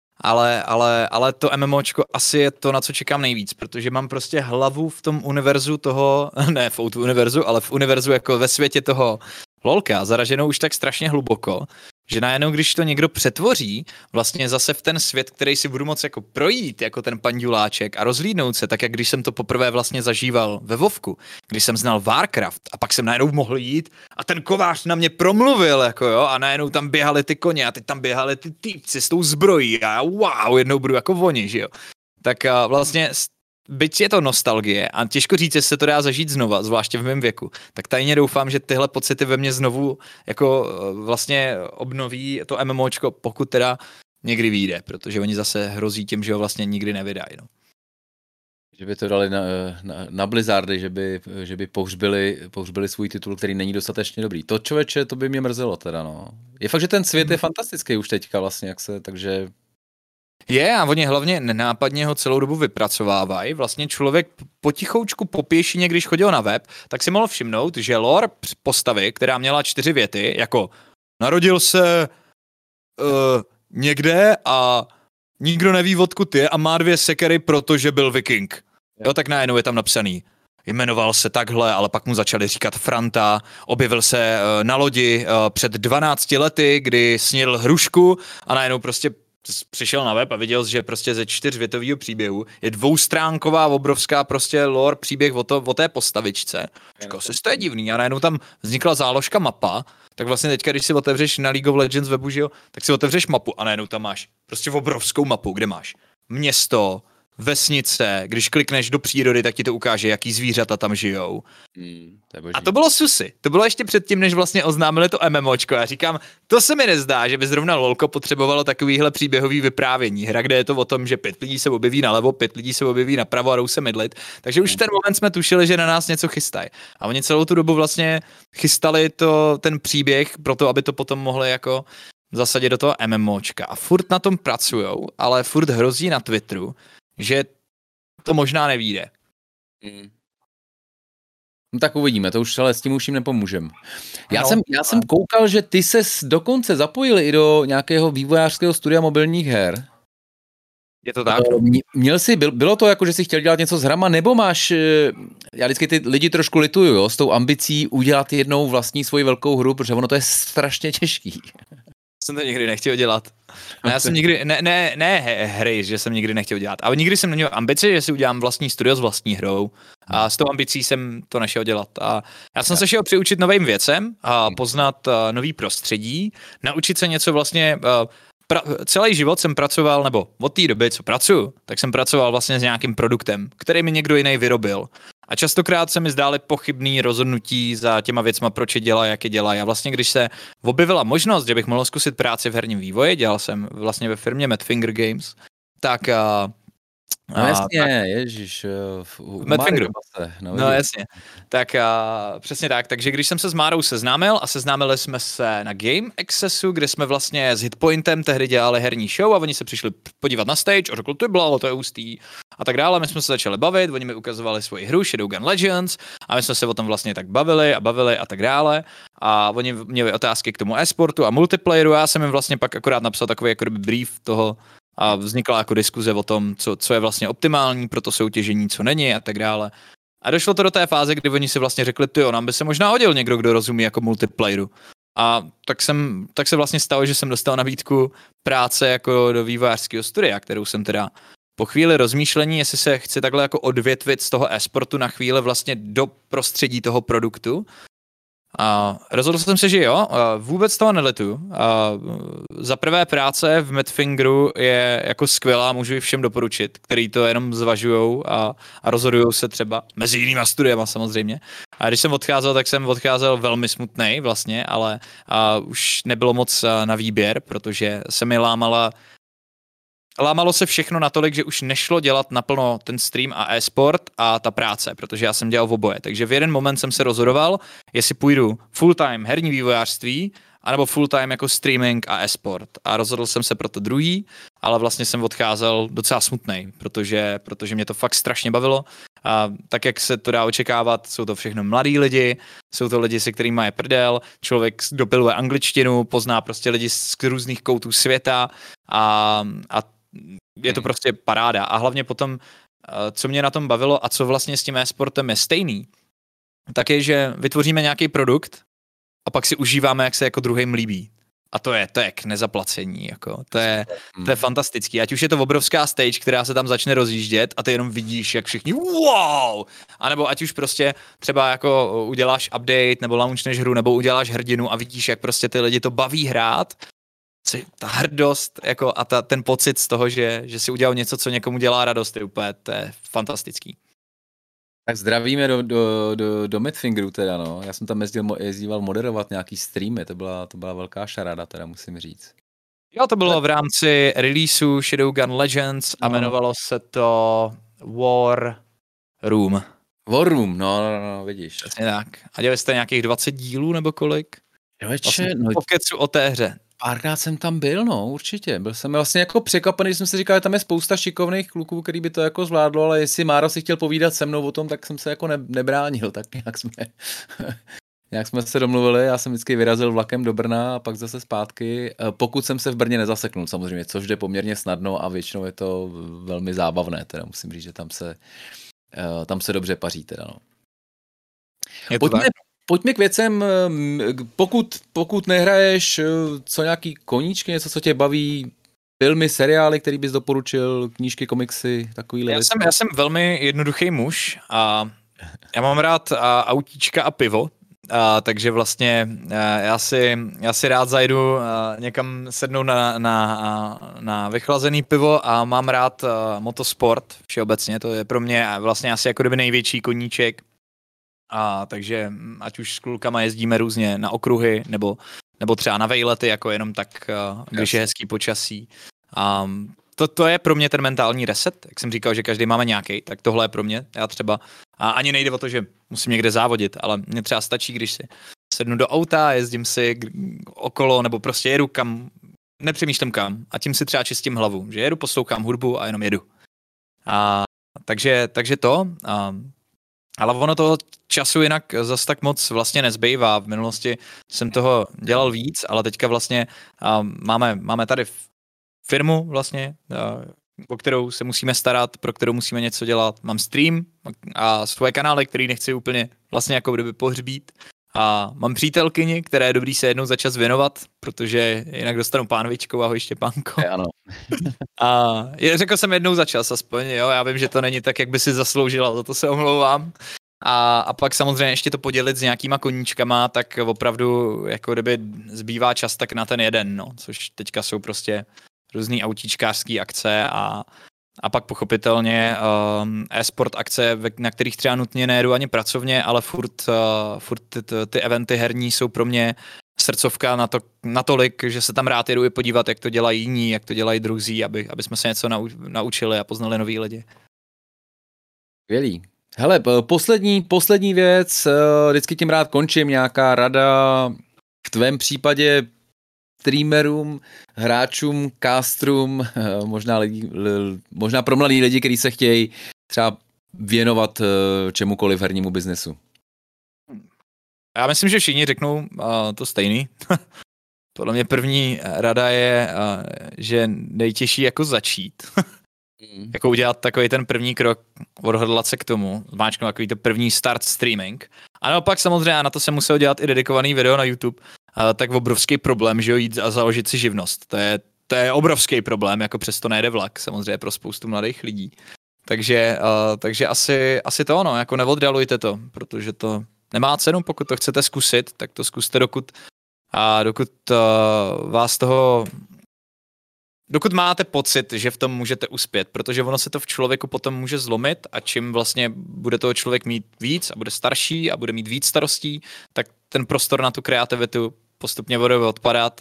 Ale to MMOčko asi je to, na co čekám nejvíc, protože mám prostě hlavu v tom univerzu toho, ne v univerzu, ale v univerzu jako ve světě toho LoLka, zaraženou už tak strašně hluboko, že najednou, když to někdo přetvoří vlastně zase v ten svět, který si budu moct jako projít, jako ten panduláček a rozhlídnout se, tak jak když jsem to poprvé vlastně zažíval ve Vovku, když jsem znal Warcraft a pak jsem najednou mohl jít a ten kovář na mě promluvil, jako jo, a najednou tam běhali ty koně a teď tam běhali ty týpci s tou zbrojí a wow, jednou budu jako oni, že jo. Tak vlastně byť je to nostalgie a těžko říct, jestli se to dá zažít znova, zvláště v mém věku, tak tajně doufám, že tyhle pocity ve mně znovu jako vlastně obnoví to MMOčko, pokud teda někdy vyjde, protože oni zase hrozí tím, že ho vlastně nikdy nevydají. No. Že by to dali na Blizzardy, že by pohřbili svůj titul, který není dostatečně dobrý. To, člověče, to by mě mrzelo teda, no. Je fakt, že ten svět je fantastický už teďka vlastně, takže... Je a oni hlavně nenápadně ho celou dobu vypracovávají. Vlastně člověk potichoučku po pěšině, když chodil na web, tak si mohl všimnout, že lore postavy, která měla 4 věty, jako narodil se někde a nikdo neví, odkud je a má 2 sekery, protože byl viking. Jo, tak najednou je tam napsaný. Jmenoval se takhle, ale pak mu začali říkat Franta, objevil se na lodi před 12 lety, kdy snil hrušku a najednou prostě přišel na web a viděl, že prostě ze 4větového příběhu je 2stránková obrovská prostě lore příběh o té postavičce. Říkal si, to je divný a najednou tam vznikla záložka mapa, tak vlastně teďka, když si otevřeš na League of Legends webu, že jo, tak si otevřeš mapu a najednou tam máš prostě obrovskou mapu, kde máš město, vesnice, když klikneš do přírody, tak ti to ukáže, jaký zvířata tam žijou. A to bylo susy. To bylo ještě předtím, než vlastně oznámili to MMOčko. Já říkám, to se mi nezdá, že by zrovna LoLko potřebovalo takovýhle příběhový vyprávění. Hra, kde je to o tom, že 5 lidí se objeví nalevo, 5 lidí se objeví napravo a jdou se mydlit. Takže už v ten moment jsme tušili, že na nás něco chystají. A oni celou tu dobu vlastně chystali ten příběh pro to, aby to potom mohli jako zasadit do toho MMOčka. A furt na tom pracujou, ale furt hrozí na Twitteru, že to možná nevyjde. No tak uvidíme, to už ale s tím už jim nepomůžem. Já jsem koukal, že ty ses dokonce zapojil i do nějakého vývojářského studia mobilních her. Je to tak? Bylo to jako, že jsi chtěl dělat něco s hrama, nebo máš, já vždycky ty lidi trošku lituju, jo, s tou ambicí udělat jednou vlastní svoji velkou hru, protože ono to je strašně těžký. Jsem to nikdy nechtěl dělat. No, já jsem nikdy, ne hry, že jsem nikdy nechtěl dělat, ale nikdy jsem neměl ambici, že si udělám vlastní studio s vlastní hrou a s tou ambicí jsem to nešel dělat. A já jsem se šel přiučit novým věcem a poznat nový prostředí, naučit se něco vlastně, celý život jsem pracoval, nebo od té doby, co pracuju, tak jsem pracoval vlastně s nějakým produktem, který mi někdo jiný vyrobil. A častokrát se mi zdály pochybný rozhodnutí za těma věcma, proč je dělá, jak je dělá. A vlastně, když se objevila možnost, že bych mohl zkusit práci v herním vývoji, dělal jsem vlastně ve firmě Madfinger Games, tak No jasně, ježiš, v Madfingeru. No vidíš. jasně. Tak přesně tak. Takže když jsem se s Márou seznámil a seznámili jsme se na Game Accessu, kde jsme vlastně s Hitpointem tehdy dělali herní show a oni se přišli podívat na stage a řekli, ty blá, to je hustý a tak dále. My jsme se začali bavit, oni mi ukazovali svoji hru Shadowgun Legends a my jsme se o tom vlastně tak bavili a tak dále. A oni měli otázky k tomu e-sportu a multiplayeru. Já jsem jim vlastně pak akorát napsal takový jako brief toho a vznikla jako diskuze o tom, co je vlastně optimální pro to soutěžení, co není a tak dále. A došlo to do té fáze, kdy oni si vlastně řekli, tyjo, nám by se možná hodil někdo, kdo rozumí jako multiplayeru. A tak se vlastně stalo, že jsem dostal nabídku práce jako do vývojářského studia, kterou jsem teda po chvíli rozmýšlení, jestli se chci takhle jako odvětvit z toho e-sportu na chvíli vlastně do prostředí toho produktu. A rozhodl jsem se, že jo, vůbec toho nelituju. Za prvé práce v Madfingeru je jako skvělá, můžu ji všem doporučit, který to jenom zvažujou a rozhodujou se třeba mezi jinýma studiema samozřejmě. A když jsem odcházel, tak jsem odcházel velmi smutnej vlastně, ale už nebylo moc na výběr, protože se mi lámalo se všechno natolik, že už nešlo dělat naplno ten stream a e-sport a ta práce, protože já jsem dělal v oboje. Takže v jeden moment jsem se rozhodoval, jestli půjdu full-time herní vývojářství, anebo full-time jako streaming a e-sport. A rozhodl jsem se pro to druhý, ale vlastně jsem odcházel docela smutnej, protože mě to fakt strašně bavilo. A tak, jak se to dá očekávat, jsou to všechno mladí lidi, jsou to lidi, se kterými je prdel, člověk dopiluje angličtinu, pozná prostě lidi z různých koutů světa a je to prostě paráda. A hlavně potom, co mě na tom bavilo a co vlastně s tím e-sportem je stejný, tak je, že vytvoříme nějaký produkt a pak si užíváme, jak se jako druhým líbí. A to je k nezaplacení, jako. To je fantastický. Ať už je to obrovská stage, která se tam začne rozjíždět a ty jenom vidíš, jak všichni wow! A nebo ať už prostě třeba jako uděláš update, nebo launchneš hru, nebo uděláš hrdinu a vidíš, jak prostě ty lidi to baví hrát, ta hrdost jako a ten pocit z toho, že si udělal něco, co někomu dělá radost, to je fantastický. Tak zdravíme do Madfingeru teda, no. Já jsem tam jezdíval moderovat nějaký streamy, to byla velká šaráda, teda musím říct. Jo, to bylo v rámci releaseu Shadowgun Legends a jmenovalo se to War Room. War Room, no, vidíš. Přesně tak. A dělali jste nějakých 20 dílů nebo kolik? Vlastně po kecu o té hře. Párkrát jsem tam byl, no, určitě. Byl jsem vlastně jako překvapený, když jsem si říkal, že tam je spousta šikovných kluků, který by to jako zvládlo, ale jestli Máro si chtěl povídat se mnou o tom, tak jsem se jako nebránil, tak nějak jsme se domluvili, já jsem vždycky vyrazil vlakem do Brna a pak zase zpátky, pokud jsem se v Brně nezaseknul samozřejmě, což jde poměrně snadno a většinou je to velmi zábavné, teda musím říct, že tam se dobře paří, teda no. Pojďme k věcem, pokud nehraješ, co nějaký koníčky, něco, co tě baví, filmy, seriály, který bys doporučil, knížky, komiksy, takovýhle věci. Já jsem velmi jednoduchý muž a já mám rád autíčka a pivo, takže vlastně já si rád zajdu někam sednout na vychlazený pivo a mám rád motosport všeobecně, to je pro mě vlastně asi jako kdyby největší koníček. Takže ať už s klukama jezdíme různě na okruhy, nebo třeba na vejlety, jako jenom tak, když je hezký počasí. To je pro mě ten mentální reset, jak jsem říkal, že každý máme nějaký, tak tohle je pro mě. Já třeba, ani nejde o to, že musím někde závodit, ale mně třeba stačí, když si sednu do auta, jezdím si okolo, nebo prostě jedu kam, nepřemýšlím kam, a tím si třeba čistím hlavu, že jedu, poslouchám hudbu a jenom jedu. Takže to... Ale ono toho času jinak zas tak moc vlastně nezbývá. V minulosti jsem toho dělal víc, ale teďka vlastně máme tady firmu vlastně, o kterou se musíme starat, pro kterou musíme něco dělat. Mám stream a svoje kanály, který nechci úplně vlastně jako kdyby pohřbít. A mám přítelkyni, které je dobrý se jednou za čas věnovat, protože jinak dostanu pánvičkou, ahoj Štěpánko. Ano. Řekl jsem jednou za čas aspoň, jo, já vím, že to není tak, jak by si zasloužila, za to se omlouvám. A pak samozřejmě ještě to podělit s nějakýma koníčkama, tak opravdu jako kdyby zbývá čas tak na ten jeden, no, což teďka jsou prostě různý autíčkářský akce a pak pochopitelně e-sport akce, na kterých třeba nutně nejedu ani pracovně, ale furt ty eventy herní jsou pro mě srdcovka natolik, že se tam rád jedu i podívat, jak to dělají jiní, jak to dělají druzí, aby jsme se něco naučili a poznali nový lidi. Skvělý. Hele, poslední věc, vždycky tím rád končím, nějaká rada v tvém případě streamerům, hráčům, casterům, možná pro mladý lidi, kteří se chtějí třeba věnovat čemukoliv hernímu biznesu. Já myslím, že všichni řeknou to stejný. Podle mě první rada je, že nejtěžší jako začít. Jako udělat takový ten první krok, odhodlat se k tomu, zmáčknout takový to první start streaming. A naopak samozřejmě na to se musel dělat i dedikovaný video na YouTube, tak obrovský problém, že jo, jít a založit si živnost. To je obrovský problém, jako přesto nejde vlak, samozřejmě pro spoustu mladých lidí. Takže asi to ono, jako neoddalujte to, protože to nemá cenu, pokud to chcete zkusit, tak to zkuste dokud vás toho... Dokud máte pocit, že v tom můžete uspět, protože ono se to v člověku potom může zlomit a čím vlastně bude toho člověk mít víc a bude starší a bude mít víc starostí, tak ten prostor na tu kreativitu postupně bude odpadat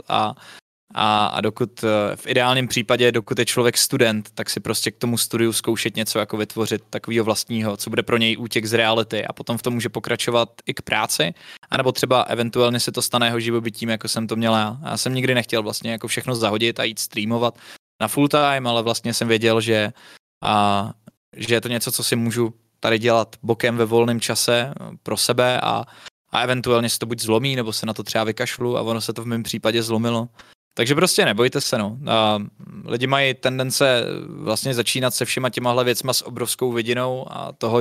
a dokud v ideálním případě, dokud je člověk student, tak si prostě k tomu studiu zkoušet něco jako vytvořit takového vlastního, co bude pro něj útěk z reality a potom v tom může pokračovat i k práci, anebo třeba eventuálně se to stane jeho živobytím, jako jsem to měl já. Já jsem nikdy nechtěl vlastně jako všechno zahodit a jít streamovat na full time, ale vlastně jsem věděl, že je to něco, co si můžu tady dělat bokem ve volném čase pro sebe a eventuálně se to buď zlomí, nebo se na to třeba vykašlu a ono se to v mém případě zlomilo. Takže prostě nebojte se, no. Lidi mají tendence vlastně začínat se všema těmahle věcma s obrovskou vidinou a toho,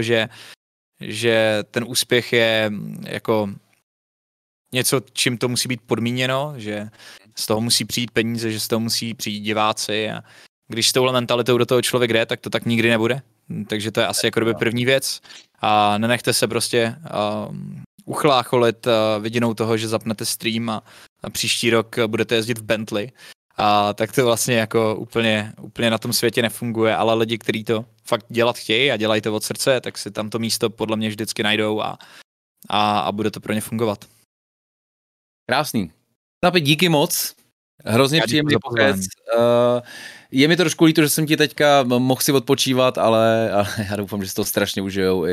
že ten úspěch je jako něco, čím to musí být podmíněno, že z toho musí přijít peníze, že z toho musí přijít diváci a když s touhle mentalitou do toho člověk jde, tak to tak nikdy nebude. Takže to je asi jako první věc a nenechte se prostě uchlácholit vidinou toho, že zapnete stream a příští rok budete jezdit v Bentley. A tak to vlastně jako úplně na tom světě nefunguje, ale lidi, kteří to fakt dělat chtějí a dělají to od srdce, tak si tam to místo podle mě vždycky najdou a bude to pro ně fungovat. Krásný. Napi, díky moc. Hrozně příjemný pokec. Je mi trošku líto, že jsem ti teďka mohl si odpočívat, ale já doufám, že si to strašně užijou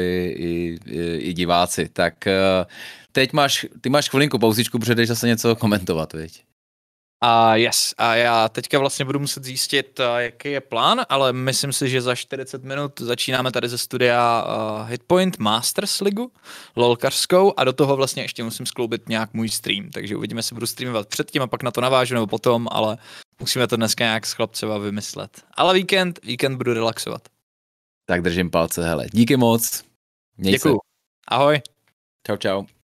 i diváci. Tak teď ty máš chvilinku pauzičku, protože jdeš zase něco komentovat, viď? Yes. A já teďka vlastně budu muset zjistit, jaký je plán, ale myslím si, že za 40 minut začínáme tady ze studia Hitpoint Masters Ligu, lolkařskou a do toho vlastně ještě musím skloubit nějak můj stream, takže uvidíme, jestli budu streamovat předtím a pak na to navážu nebo potom, ale musíme to dneska nějak s chlapcema vymyslet. Ale víkend budu relaxovat. Tak držím palce, hele. Díky moc. Měj se. Ahoj. Čau.